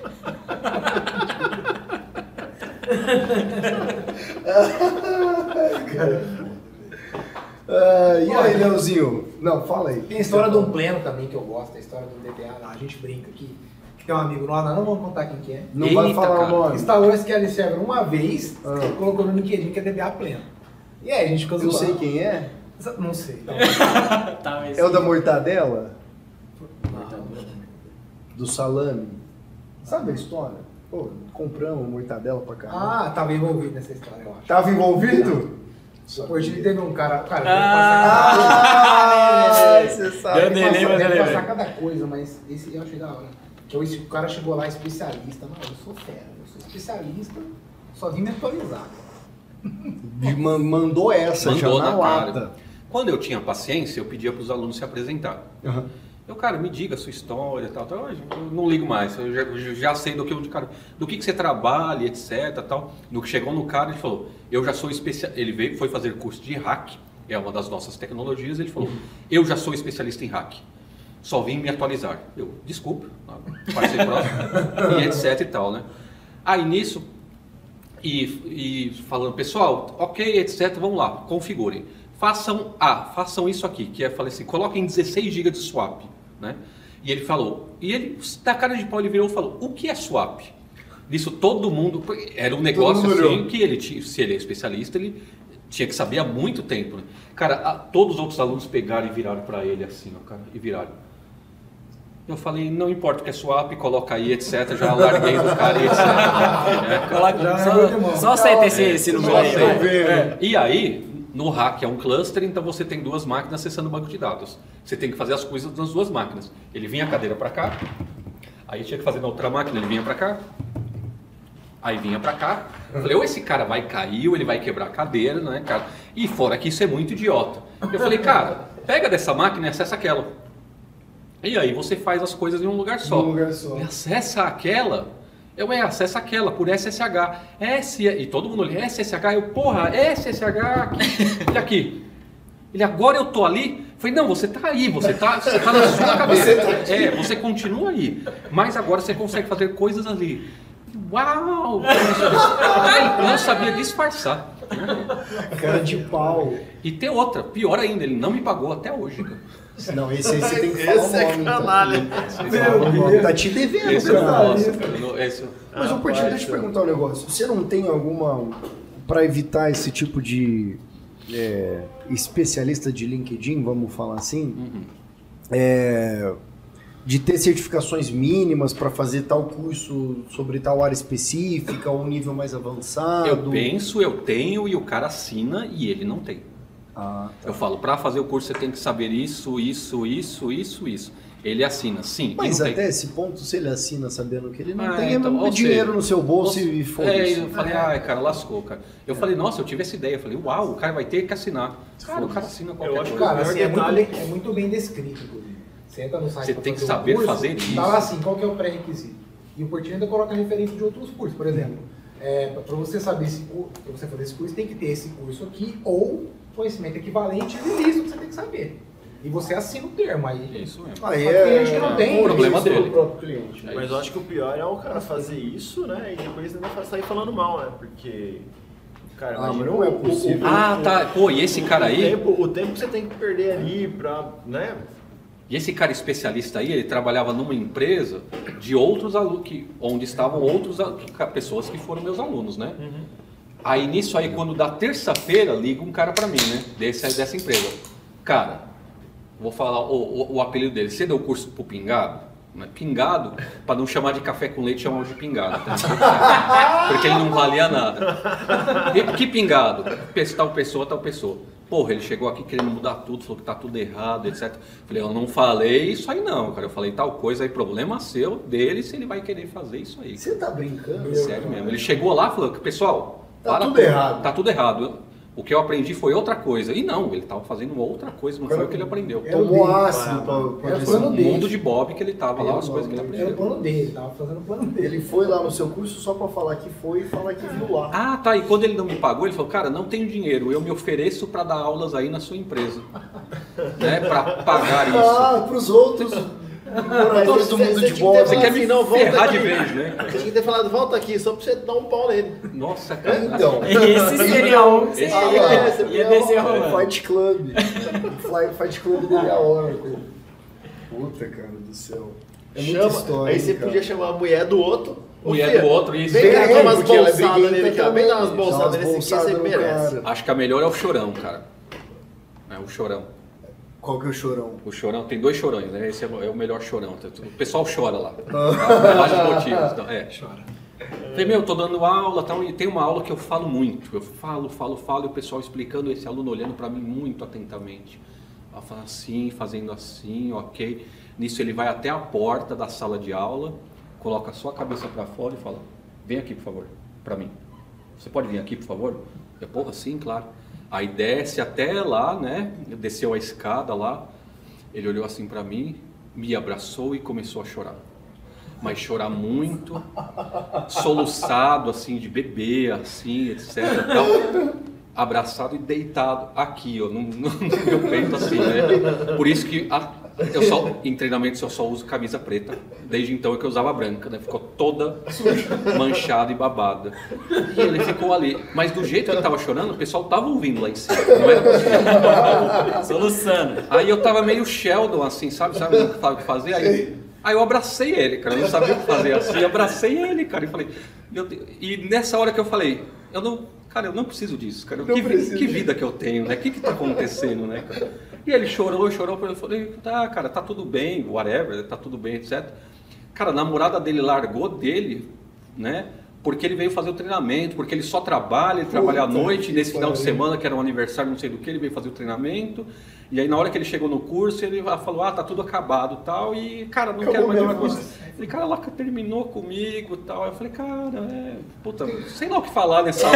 cara. Ah, e aí, Leozinho? Não, fala aí. Tem a história de um pleno também que eu gosto, a história do D T A, a gente brinca aqui. Que tem um amigo nosso, não vamos contar quem que é. Não vai Eita, falar cara. o nome. Star Wars que ele serve uma vez, Ah. colocou no LinkedIn que é D T A pleno. E aí a gente ficou Eu zoando. sei quem é. Não sei. É o da mortadela? Do salame. Sabe a história? Pô, compramos mortadela pra caramba. Ah, tava envolvido nessa história, eu acho. Tava envolvido? Hoje ele teve um cara. Cara, Ah, você sabe. Eu nem lembro, mas eu deve lembrei. passar cada coisa, mas esse eu achei da hora. Que esse, o cara chegou lá especialista. Não, eu sou fera, eu sou especialista, só vim me atualizar. Man- Mandou essa, Mandou já na, na lata. cara. Quando eu tinha paciência, eu pedia para os alunos se apresentarem. Aham. Eu, cara, me diga a sua história e tal, tal. Eu não ligo mais, eu já, eu já sei do que, eu- cara, do que, que você trabalha, etc. Tal. No que chegou no cara, ele falou, eu já sou especialista. Ele veio, foi fazer curso de hack, é uma das nossas tecnologias. Ele falou, eu já sou especialista em hack, só vim me atualizar. Eu, desculpa, vai ser próximo, e etc e tal, né? Aí nisso, e, e falando, pessoal, ok, etc, vamos lá, configurem. Façam, ah, façam isso aqui, que é, falei assim, coloquem dezesseis gigas de swap, né? E ele falou, e ele, da cara de pau, ele virou e falou, o que é swap? Nisso todo mundo, era um negócio mundo assim, olhou. que ele tinha, se ele é especialista, ele tinha que saber há muito tempo, né? Cara, a, todos os outros alunos pegaram e viraram para ele assim, ó, cara, e viraram. Eu falei, não importa o que é swap, coloca aí, etc, já larguei do cara e etc. É, Coloca, Já só, largou de mão. só aceita esse, esse só número aí. aceita. vai. É, e aí, no hack é um cluster, então você tem duas máquinas acessando o banco de dados. Você tem que fazer as coisas nas duas máquinas. Ele vinha a cadeira para cá, aí tinha que fazer na outra máquina, ele vinha para cá, aí vinha para cá. Eu falei, ou esse cara vai cair, ou ele vai quebrar a cadeira, né, cara? E fora que isso é muito idiota. Eu falei, cara, pega dessa máquina e acessa aquela. E aí você faz as coisas em um lugar só. Num lugar só. E acessa aquela, eu é, acessa aquela por S S H. S, e todo mundo olha, S S H, eu, porra, S S H aqui. Ele aqui. Ele, agora eu tô ali. Eu falei, não, você tá aí, você tá, você tá na sua cabeça. É, você continua aí. Mas agora você consegue fazer coisas ali. Uau! Eu não sabia disfarçar. Cara de pau. E tem outra, pior ainda, ele não me pagou até hoje, cara. Não, esse aí você tem que falar Esse o é nome. então. canalha. Fala o nome. Tá te devendo, Esse eu não cara. posso, cara. Eu não- esse eu- Mas, ô Portinho, deixa eu te perguntar um negócio. Você não tem alguma... Para evitar esse tipo de é, especialista de LinkedIn, vamos falar assim, é, de ter certificações mínimas para fazer tal curso sobre tal área específica ou um nível mais avançado? Eu penso, eu tenho e o cara assina e ele não tem. Ah, tá. Eu falo, para fazer o curso você tem que saber isso, isso, isso, isso, isso. Ele assina, sim. e Mas não até tem. esse ponto, se ele assina sabendo que ele não Ah, tem então, é ou dinheiro seja, no seu bolso ou- e É, foda-se. eu falei, ai, cara, lascou, cara. Eu falei, nossa, eu tive essa ideia. Eu falei, uau, o cara vai ter que assinar. Cara, o cara assina qualquer acho coisa. Cara, maior assim, é, muito detalhe- bem, é muito bem descrito, inclusive. Você entra no site Você pra tem que fazer um saber curso, fazer isso. Tá lá assim, qual que é o pré-requisito? E o Portinho ainda coloca referência de outros cursos. Por exemplo, é, para você saber esse curso, para você fazer esse curso, tem que ter esse curso aqui ou conhecimento equivalente e isso que você tem que saber. E você assina o termo aí. Isso mesmo. Aí Só que tem gente que não é tem o problema isso dele. pro próprio cliente. É Mas isso. eu acho que o pior é o cara fazer isso, né? E depois ainda sair falando mal, né? Porque. Cara, Ah, imagina mas não é o- o- possível. o- Ah, tá. Pô, e esse cara o aí, tempo, o tempo que você tem que perder ali pra. Né? e esse cara especialista aí, ele trabalhava numa empresa de outros alunos, que, onde estavam outros al- que- pessoas que foram meus alunos, né? Aí nisso aí, quando dá terça-feira, liga um cara pra mim, né? Desse, dessa empresa. Cara, vou falar o, o, o apelido dele. Você deu curso pro Pingado? Né? Pingado, pra não chamar de café com leite, chamava de Pingado. Tá? Porque ele não valia nada. E, que Pingado? Tal pessoa, tal pessoa. Porra, ele chegou aqui querendo mudar tudo, falou que tá tudo errado, etcétera. Falei, eu não falei isso aí não, cara. Eu falei tal coisa aí, problema seu, dele, se ele vai querer fazer isso aí. Você tá brincando? Sério mesmo. Ele chegou lá e falou, pessoal, Tá para tudo tudo. errado. Tá tudo errado. O que eu aprendi foi outra coisa. E não, ele estava fazendo outra coisa, não foi o que ele aprendeu. Tomou ácido pra Era o pra plano O dele. mundo de Bob que ele estava lá, as coisas que ele Era o aprendeu. plano dele, tava fazendo o plano dele. Ele foi lá no seu curso só pra falar que foi e falar que viu lá. Ah, tá. E quando ele não me pagou, ele falou, cara, não tenho dinheiro, eu me ofereço para dar aulas aí na sua empresa. Né? Para pagar isso. Ah, pros outros moradores do mundo de bola. Você quer me Não, volta ferrar de aqui. vez, né? Você tinha que ter falado, volta aqui, só pra você dar um pau nele. Nossa, cara. Então, Esse seria um. Esse ah, ia, lá, esse ia é descer uma- rolando. Fight Club. Fly- Fight Club dele é a Oracle. Puta, cara do céu. É muita Chama, história. aí você cara. podia chamar a mulher do outro. Ô, Mulher filha, do outro, isso. Vem cá, É, dá umas porque ela é bolsadas briguenta nele aqui, ó. Vem dar umas também. bolsadas Dá umas nesse aqui, você bolsadas no merece. cara. Acho que a melhor é o chorão, cara. É o chorão. Qual que é o chorão? O chorão, tem dois chorões, né? Esse é o é o melhor chorão. O pessoal chora lá. Por vários motivos. Então, é. Chora. Falei, meu, eu tô dando aula tal, e tem uma aula que eu falo muito. Eu falo, falo, falo, e o pessoal explicando, esse aluno olhando para mim muito atentamente. Ela fala assim, fazendo assim, ok. Nisso ele vai até a porta da sala de aula, coloca a sua cabeça para fora e fala, vem aqui, por favor, para mim. Você pode vir aqui, por favor? Eu, porra, sim, claro. Aí desce até lá, né? Desceu a escada lá. Ele olhou assim para mim, me abraçou e começou a chorar. Mas chorar muito, soluçado, assim, de bebê, assim, etcétera. Tal. Abraçado e deitado aqui, ó, no, no, no meu peito, assim, né? Por isso que a, eu só, em treinamentos eu só uso camisa preta. Desde então é que eu usava branca, né? Ficou toda manchada e babada. E ele ficou ali. Mas do jeito que ele tava chorando, o pessoal tava ouvindo lá em cima. Não era possível. Soluçando. Aí eu tava meio Sheldon, assim, sabe? Sabe o que fa- o que fazer? Aí, aí eu abracei ele, cara. Eu não sabia o que fazer assim. Eu abracei ele, cara. E falei... meu Deus. E nessa hora que eu falei, eu não... Cara, eu não preciso disso, cara. Que, vi- que vida que eu tenho, né? O que que tá acontecendo, né, cara? E ele chorou, chorou. Eu falei, tá, cara, tá tudo bem, whatever, tá tudo bem, etcétera. Cara, a namorada dele largou dele, né? Porque ele veio fazer o treinamento, porque ele só trabalha, ele trabalha à noite, nesse final de semana, que era um aniversário, não sei do que, ele veio fazer o treinamento. E aí, na hora que ele chegou no curso, ele falou, ah, tá tudo acabado e tal. E, cara, não quero mais uma coisa. Ele, cara, ela terminou comigo e tal. Eu falei, cara, é... puta, sei lá o que falar nessa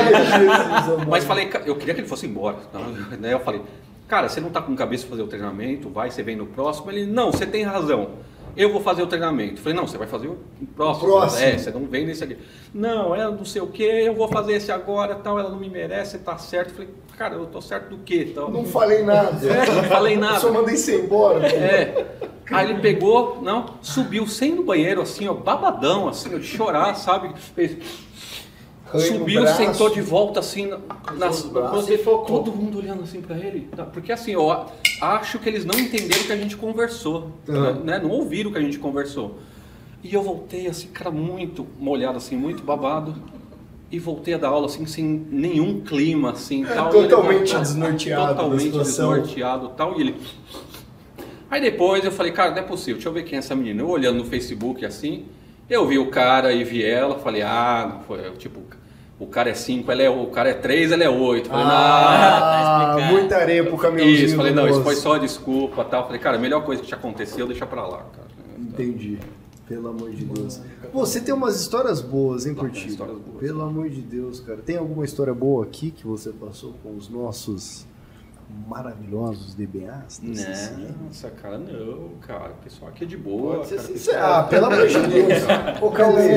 hora. Mas falei, ca- eu queria que ele fosse embora. Então, né? Eu falei, cara, você não tá com cabeça pra fazer o treinamento, vai, você vem no próximo. Ele, não, você tem razão. Eu vou fazer o treinamento. Eu falei, não, você vai fazer o próximo. O próximo. É, você não vem nesse aqui. Não, ela não sei o que, eu vou fazer esse agora, tal, ela não me merece, você tá certo. Eu falei, cara, eu tô certo do quê? Tal. Não falei nada. É, não falei nada. Só mandei você embora. É. Aí ele pegou, não, subiu sem no banheiro, assim, ó, babadão, assim, ó, de chorar, sabe? Fez... Ranho no Subiu, braço. sentou de volta assim na, nas, os braços você- e focou. todo mundo olhando assim pra ele, tá? Porque assim, eu a- acho que eles não entenderam o que a gente conversou, Uhum. né? Não ouviram o que a gente conversou. E eu voltei assim, cara, muito molhado assim, muito babado. E voltei a dar aula assim, sem nenhum clima assim, tal. E ele- Totalmente desnorteado da Totalmente situação. desnorteado, tal. E ele Aí depois eu falei, cara, não é possível, deixa eu ver quem é essa menina. Eu olhando no Facebook assim, eu vi o cara e vi ela, falei, ah, não foi, tipo, o cara é cinco, ela é, o cara é três, ela é oito. Falei, Ah, tá explicado. muita areia pro caminhãozinho. isso, falei, do não, isso moço. foi só desculpa, tal. Falei, cara, a melhor coisa que te aconteceu, deixa pra lá, cara. Entendi. Pelo amor de Deus. Pô, você tem umas histórias boas, hein, Tem Portinho? histórias boas. Pelo amor de Deus, cara. Tem alguma história boa aqui que você passou com os nossos maravilhosos D B As? Nossa, cara, não, cara. O pessoal aqui é de boa. Pode ser cara, sincero. pessoal- Ah, pelo amor de Deus. Ô, Cauê,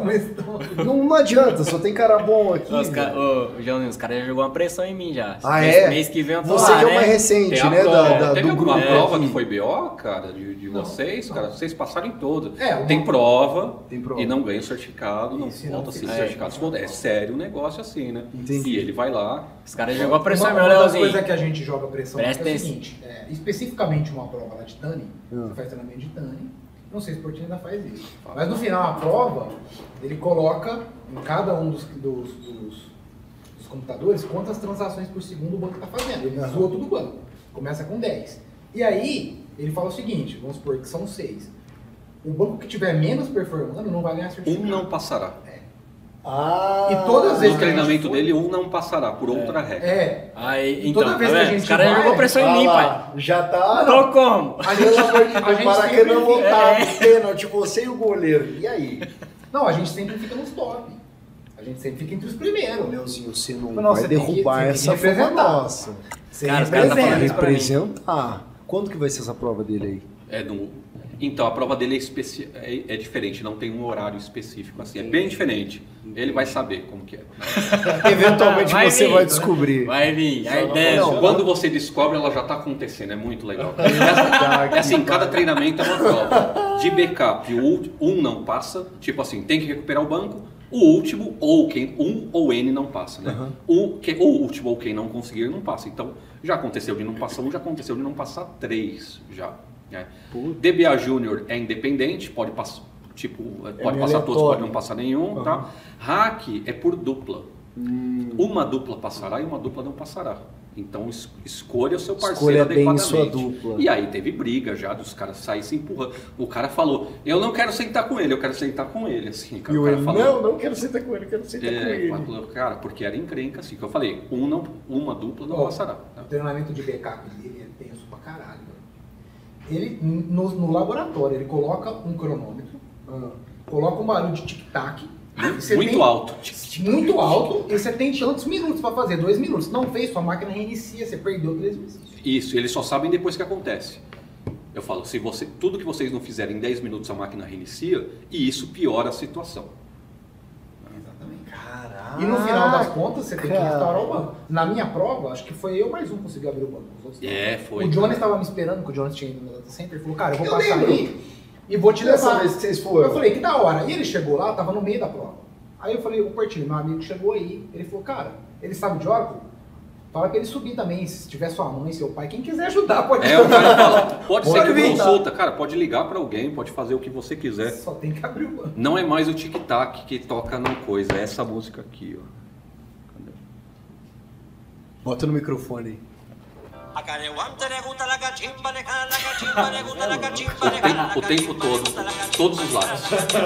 não, não adianta, só tem cara bom aqui. Os, ca... Ô, Joãozinho, os caras já jogou uma pressão em mim já. Ah, mês, é? Mês que vem eu tô Você lá, que é o né? mais recente, Tem a né, prova. da, da- Teve do alguma grupo. prova aqui. que foi B O, cara, de, de vocês, cara? Vocês passaram em todas. É, uma- Tem prova, Tem prova. e não ganha o certificado, não Isso, e volta não assim, fica. certificado. Se volta- É sério o negócio assim, né? Entendi. E ele vai lá. Os caras jogou a pressão em Uma, mim, uma das Leozinho. coisas que a gente joga pressão Presta é o atenção. seguinte, é, especificamente uma prova lá de Tani, Ah. você faz treinamento de Tani, não sei se o Portinho ainda faz isso, mas no final a prova, ele coloca em cada um dos, dos, dos, dos computadores quantas transações por segundo o banco está fazendo, ele Aham. zoa todo o banco, começa com dez. E aí, ele fala o seguinte, vamos supor que são seis, o banco que tiver menos performando não vai ganhar Um certificado. não passará. Ah, E todas as vezes No que a gente treinamento foi- dele, um não passará, por outra regra. É, Aí, E então, toda tá vez que a vendo? gente Os caras vai, jogou pressão em Ah mim, pai. lá, já tá. Tô como? a gente, a gente O Maracanã sempre- lotado, pênalti, você e o goleiro. E aí? Não, a gente sempre fica nos top. A gente sempre fica entre os primeiros. Leozinho, você não Não, vai você tem que- derrubar você tem que essa fama representar. nossa. Você Cara, os caras tá representa. falando isso pra mim. Representar. Quando que vai ser essa prova dele aí? É no... Então, a prova dele é, especi... é, é diferente, não tem um horário específico, assim, é bem diferente. Ele vai saber como que é. Eventualmente Vai você vir. vai descobrir. Vai vir, ardendo. Não, quando você descobre, ela já está acontecendo, é muito legal. É, é assim, cada treinamento é uma prova. De backup, o ult- um não passa, tipo assim, tem que recuperar o banco, o último, ou quem, um ou N não passa, né? O, que, ou o último ou quem não conseguir não passa. Então, já aconteceu de não passar um, já aconteceu de não passar três, já. Né? D B A Júnior é independente, pode passar, tipo, pode passar todos, pode não passar nenhum, tá? Hack é por dupla. Uma dupla passará e uma dupla não passará. Então es- escolha o seu parceiro Escolha bem adequadamente. sua dupla. E aí teve briga já dos caras saírem se empurrando. O cara falou, eu não quero sentar com ele, eu quero sentar com ele. Assim, E o o cara ele, falou, não, não quero sentar com ele, quero sentar com é, ele. falou, cara, porque era encrenca, assim, que eu falei, um não, uma dupla não Ó, passará. Tá? O treinamento de backup dele é tenso pra caralho. Velho. Ele, no, no laboratório, ele coloca um cronômetro, coloca um barulho de tic-tac. Muito, você muito tem- alto. Muito alto, e você tem tantos minutos pra fazer, dois minutos. Não fez, sua máquina reinicia, você perdeu três exercícios. Isso, eles só sabem depois que acontece. Eu falo, se você, tudo que vocês não fizerem em dez minutos a máquina reinicia, e isso piora a situação. Exatamente. Caralho. E no final das contas, você tem que cara. restaurar o banco. Na minha prova, acho que foi eu mais um que conseguiu abrir o banco. Os outros não. É, foi. O Jonas estava me esperando, que o Jonas tinha ido no data center, ele falou, cara, eu vou Eu passar lembro. aí e vou te Dessa levar. vez que vocês foram. Eu falei, que da hora. E ele chegou lá, tava no meio da prova. Aí eu falei, o Portinho, meu amigo chegou aí, ele falou, cara, ele sabe de Oracle? Fala pra ele subir também, se tiver sua mãe, seu pai, quem quiser ajudar, pode É, o cara fala, pode ser Pode que vir, tá? consulta, cara, pode ligar para alguém, pode fazer o que você quiser. Só tem que abrir o banco. Não é mais o tic-tac que toca na coisa, é essa música aqui, ó. Cadê? Bota no microfone aí. O tempo todo, todos os lados.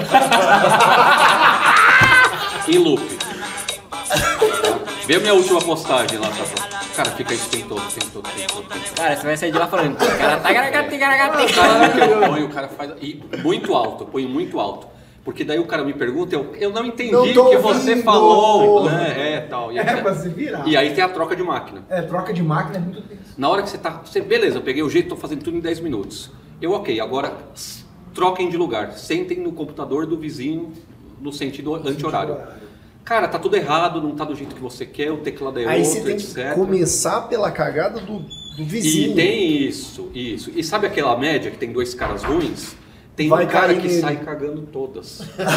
Em loop. Vê a minha última postagem lá, tá? Cara, fica isso o tempo todo, o tempo todo, o tempo todo. o tempo todo. Cara, você vai sair de lá falando, cara, tá garagati, garagati. Cara, que eu ponho, o cara faz. E muito alto, eu ponho muito alto. Porque daí o cara me pergunta, eu, eu não entendi Não o tô que você ouvindo. falou, né? É, tal. E, É, pra se virar. e aí tem a troca de máquina. É, troca de máquina é muito tenso. Na hora que você tá. Você, beleza, eu peguei o jeito, tô fazendo tudo em dez minutos. Eu, ok, agora s- troquem de lugar. Sentem no computador do vizinho no sentido anti-horário. Cara, tá tudo errado, não tá do jeito que você quer, o teclado é Aí outro, você tem etcétera. que começar pela cagada do, do vizinho. E tem isso, isso. E sabe aquela média que tem dois caras ruins? Tem Vai um cara cair que nele. sai cagando todas.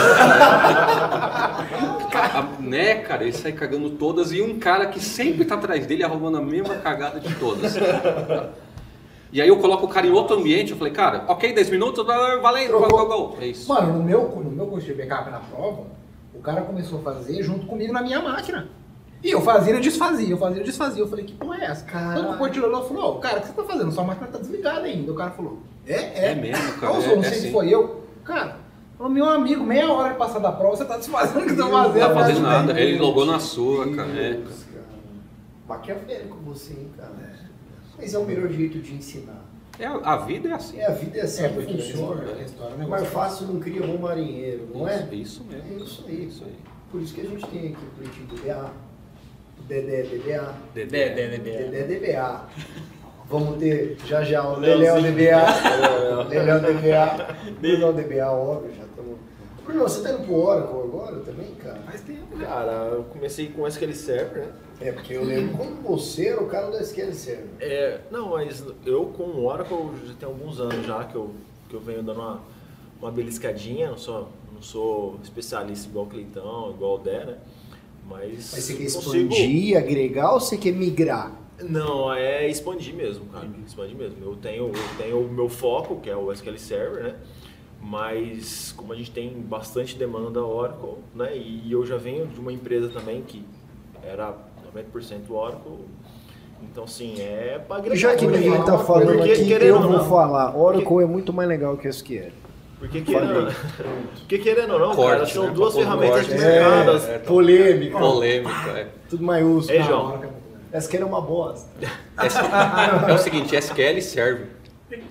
Ca- né, cara? Ele sai cagando todas e um cara que sempre tá atrás dele arrumando a mesma cagada de todas. E aí eu coloco o cara em outro ambiente, eu falei, cara, ok, dez minutos, valendo, gol, gol, gol. É isso. Mano, no meu, no meu curso de backup na prova, o cara começou a fazer junto comigo na minha máquina. E eu fazia e eu desfazia, eu fazia e eu desfazia. Eu falei, que porra é essa? Caralho. Então o portilheiro falou, ó, cara, o que você tá fazendo? Sua máquina tá desligada ainda. O cara falou, é, é. É mesmo, cara, Eu é- não é sei se assim. foi eu. Cara, falou, meu amigo, meia hora de passar da prova, você tá desfazendo o que você tá fazendo. Não tá fazendo né? nada. Ele logou na sua, cara. É. Deus, cara. Maquiavélico você, hein, cara. Mas é o melhor jeito de ensinar. É, a vida é assim. É, a vida é assim É, que porque funciona. a história é um Mais negócio. fácil não cria bom marinheiro, não é? Isso mesmo. É isso aí. Isso aí. Por isso que a gente tem aqui o Pretinho do D A, o Dedé D B A, Dedé, Dedé, Dedé. Dedé D B A. Vamos ter já já o Leléo D B A, Leléo D B A, Bruno D B A, óbvio, já estamos. Bruno, você tá indo pro Oracle agora também, cara? Faz tempo, né? Cara, eu comecei com S Q L Server, né? É, porque eu lembro como você era o cara do S Q L Server. É, não, mas eu com o Oracle já tem alguns anos já que eu, que eu venho dando uma, uma beliscadinha, não sou, não sou especialista igual o Cleitão, igual o Dé, né? Mas, Mas você quer consigo- expandir, agregar ou você quer migrar? Não, é expandir mesmo, cara. Expandir mesmo. Eu tenho, eu tenho o meu foco, que é o S Q L Server, né? Mas como a gente tem bastante demanda da Oracle, né? E eu já venho de uma empresa também que era noventa por cento Oracle. Então, assim, é para agregar. Já que Porque- ninguém tá falando porque, aqui, querendo eu ou vou não, falar. Oracle é muito mais legal que S Q L. Porque querendo, porque querendo ou não, Corte, cara, são né? duas Pra pôr ferramentas corte. de mercado. É, polêmico. Polêmica, é. Tudo maiúsculo. Ei, João. S Q L é uma bosta. É o seguinte, S Q L serve.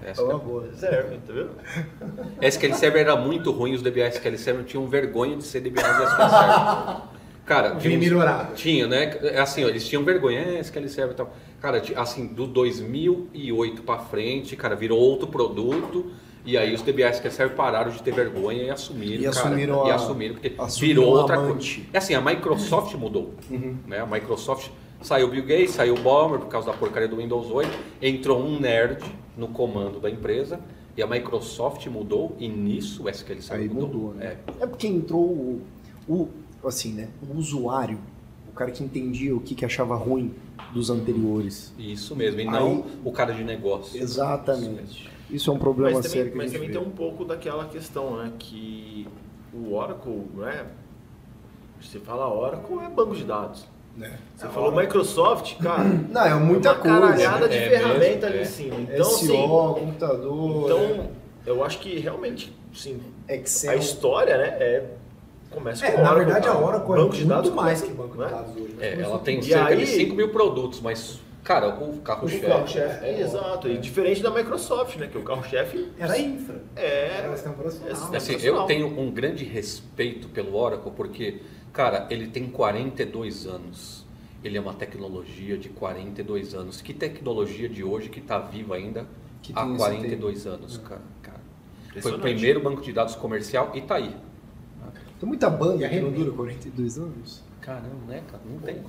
Essa que é boa. Serve, tá vendo? S Q L Server era muito ruim, os D B A S Q L Server tinham vergonha de ser D B A S Q L Server. Cara, Vem melhorado. Tinha, né? Assim, ó, eles tinham vergonha, é, S Q L Server e tal. Cara, assim, do dois mil e oito pra frente, cara, virou outro produto. E aí os D B A S Q L Server pararam de ter vergonha e assumiram, E cara, assumiram e a- assumiram, porque assumiram virou a outra amante. coisa. É assim, a Microsoft mudou, né? A Microsoft saiu o Bill Gates, saiu o Ballmer por causa da porcaria do Windows oito, entrou um nerd no comando da empresa e a Microsoft mudou e nisso o S Q L Server Aí mudou. mudou, né? É. É porque entrou o, o, assim, né? O usuário, o cara que entendia o que, que achava ruim dos anteriores. Isso mesmo, e Aí- não o cara de negócio. Exatamente. Isso é um problema Mas sério também, que a mas gente também vê. tem um pouco daquela questão, né? Que o Oracle, né? Você fala Oracle, é banco de dados. Né? Você falou Microsoft, cara. Não, é muita é uma coisa. caralhada de É ferramenta mesmo, ali é. em cima. Então, S assim, O, computador, então, eu acho que realmente, sim, Excel. a história, né? É, começa É, com na Oracle, verdade a cara. Oracle é banco de muito dados mais começa, que banco né? de dados hoje. É, ela tem E cerca aí- de cinco mil produtos, mas, cara, o carro-chefe... O carro-chefe, é- exato. E diferente da Microsoft, né? Que o carro-chefe Era infra. é... Era sistema operacional. é- Assim, Sensacional. eu tenho um grande respeito pelo Oracle porque, cara, ele tem quarenta e dois anos. Ele é uma tecnologia de quarenta e dois anos. Que tecnologia de hoje que está viva ainda Que há tem esse quarenta e tempo. dois anos, cara, cara. Foi o Impressionante. primeiro banco de dados comercial e tá aí. Tem muita banda E a que não Remedy? dura quarenta e dois anos. Caramba, né, cara? Não tem.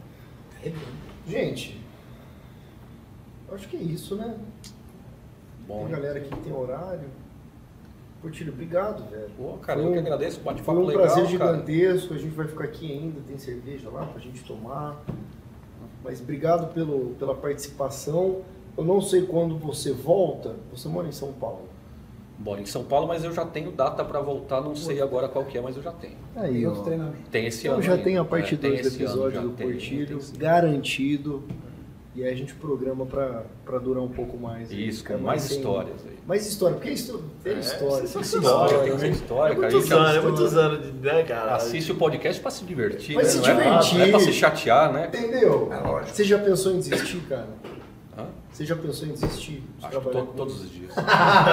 Gente, eu acho que é isso, né? Bom, Tem hein? galera aqui que tem horário. Portilho, obrigado, velho. Pô, cara, Foi eu um- que agradeço. Foi Bate-papo um legal, prazer cara. gigantesco. A gente vai ficar aqui ainda, tem cerveja lá pra gente tomar. Mas obrigado pelo, pela participação. Eu não sei quando você volta. Você mora em São Paulo. Bom, em São Paulo, mas eu já tenho data para voltar. Não sei agora qual que é, mas eu já tenho. Aí, E ó. outro treinamento. Tem esse Então ano. já ainda. tem a parte É, tem dois do esse ano, episódio já do tem, Portilho tem sim. garantido. E aí a gente programa pra, pra durar um pouco mais. Isso, Fica com mais sem- histórias aí. Mais história, porque isso tem É, história. Tem sensacional. História, tem que né? ser história, É cara. muitos Isso é- anos, é muitos anos, de, né, cara? Assiste o podcast para se divertir, Vai né? se Não é pra- divertir. Não é pra se chatear, né? Entendeu? É lógico. Você já pensou em desistir, cara? Hã? Você já pensou em desistir? de Acho que trabalhar to- com todos isso? os dias.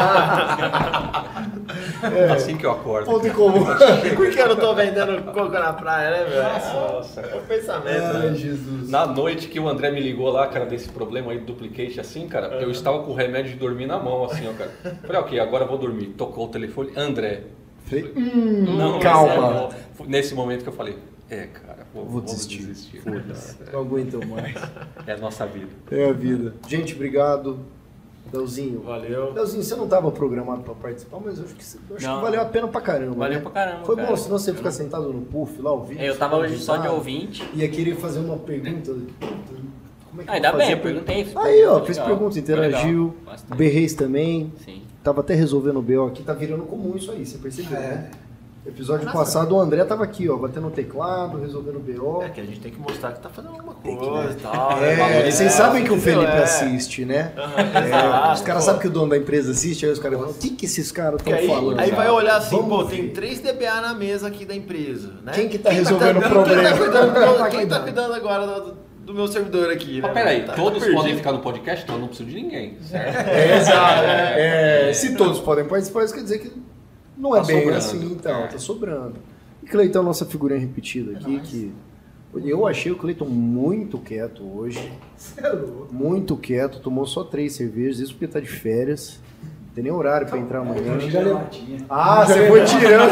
É. Assim que eu acordo. Ponto em comum. Por que eu não tô vendendo coco na praia, né, velho? Nossa, é o pensamento, Ai, né? Jesus. Na noite que o André me ligou lá, cara, desse problema aí do duplicate, assim, cara, eu estava com o remédio de dormir na mão, assim, ó, cara. Falei, ok, agora eu vou dormir. Tocou o telefone, André. Falei, hum, Não, calma. mas é, nesse momento que eu falei, é, cara, vou, Vou vou desistir. desistir. Foda-se. Não aguento mais. É a nossa vida. É a vida. Gente, obrigado. Delzinho. Valeu. Delzinho, você não estava programado para participar, mas eu acho que, você- eu acho Não. que valeu a pena pra caramba. Valeu né? pra caramba, Foi cara. bom, senão você Eu fica não- sentado no puff lá, ouvindo. Eu tava hoje só de ouvinte. Ia querer fazer uma pergunta. Como é que Ah, eu ainda vou bem, fazer eu perguntei. fiz Aí, ó, pergunta, fez legal. pergunta, Foi interagiu. legal, bastante. Berreis também. Sim. Tava até resolvendo o B O aqui, tá virando comum isso aí, você percebeu, É. né? Episódio passado o André tava aqui, ó, batendo o teclado, resolvendo o B O. É que a gente tem que mostrar que tá fazendo alguma que, coisa né? e tal. É, né? vocês sabem que o entendeu? Felipe É. assiste, né? É, exato, os caras pô. sabem que o dono da empresa assiste, aí os caras falam, o que, que esses caras Porque estão aí, falando? aí vai olhar assim, Vamos pô, ver. tem três D B A na mesa aqui da empresa, né? Quem que tá resolvendo o problema? Quem tá cuidando, Quem tá quem tá cuidando? cuidando agora do, do meu servidor aqui, né? Mas peraí, Tá- tá todos perdido. podem ficar no podcast, então eu não preciso de ninguém. Certo? É, exato. É, se todos podem participar, isso quer dizer que não é Tá bem sobrando. assim, então, É. tá sobrando. E Cleiton, nossa figurinha repetida aqui, que eu achei o Cleiton muito quieto hoje, Você é louco. muito quieto, tomou só três cervejas, isso porque tá de férias, não tem nem horário pra entrar amanhã. Já levou. Ah, você foi tirando.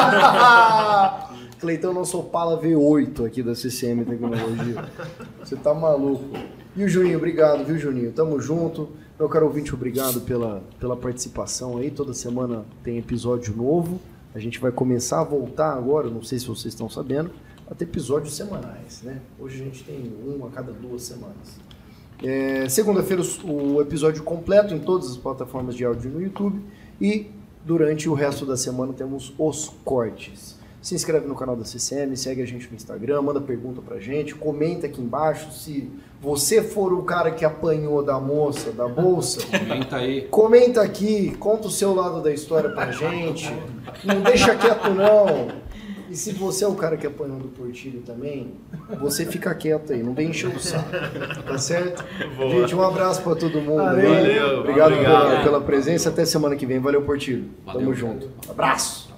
Cleitão, não sou Pala V oito aqui da C C M Tecnologia. Você tá maluco. E o Juninho, obrigado, viu, Juninho? Tamo junto. Meu caro ouvinte, obrigado pela, pela participação aí. Toda semana tem episódio novo. A gente vai começar a voltar agora, não sei se vocês estão sabendo, a ter episódios semanais, né? Hoje a gente tem um a cada duas semanas. É, segunda-feira o episódio completo em todas as plataformas de áudio no YouTube e durante o resto da semana temos os cortes. Se inscreve no canal da C C M, segue a gente no Instagram, manda pergunta pra gente, comenta aqui embaixo se você for o cara que apanhou da moça, da bolsa. Comenta aí. Comenta aqui, conta o seu lado da história pra gente. Não deixa quieto não. E se você é o cara que apanhou do Portilho também, você fica quieto aí, não vem encher o saco. Tá certo? Boa. Gente, um abraço pra todo mundo. Valeu. Aí. Obrigado, Obrigado. Pela, pela presença. Até semana que vem. Valeu, Portilho. Valeu. Tamo junto. Abraço.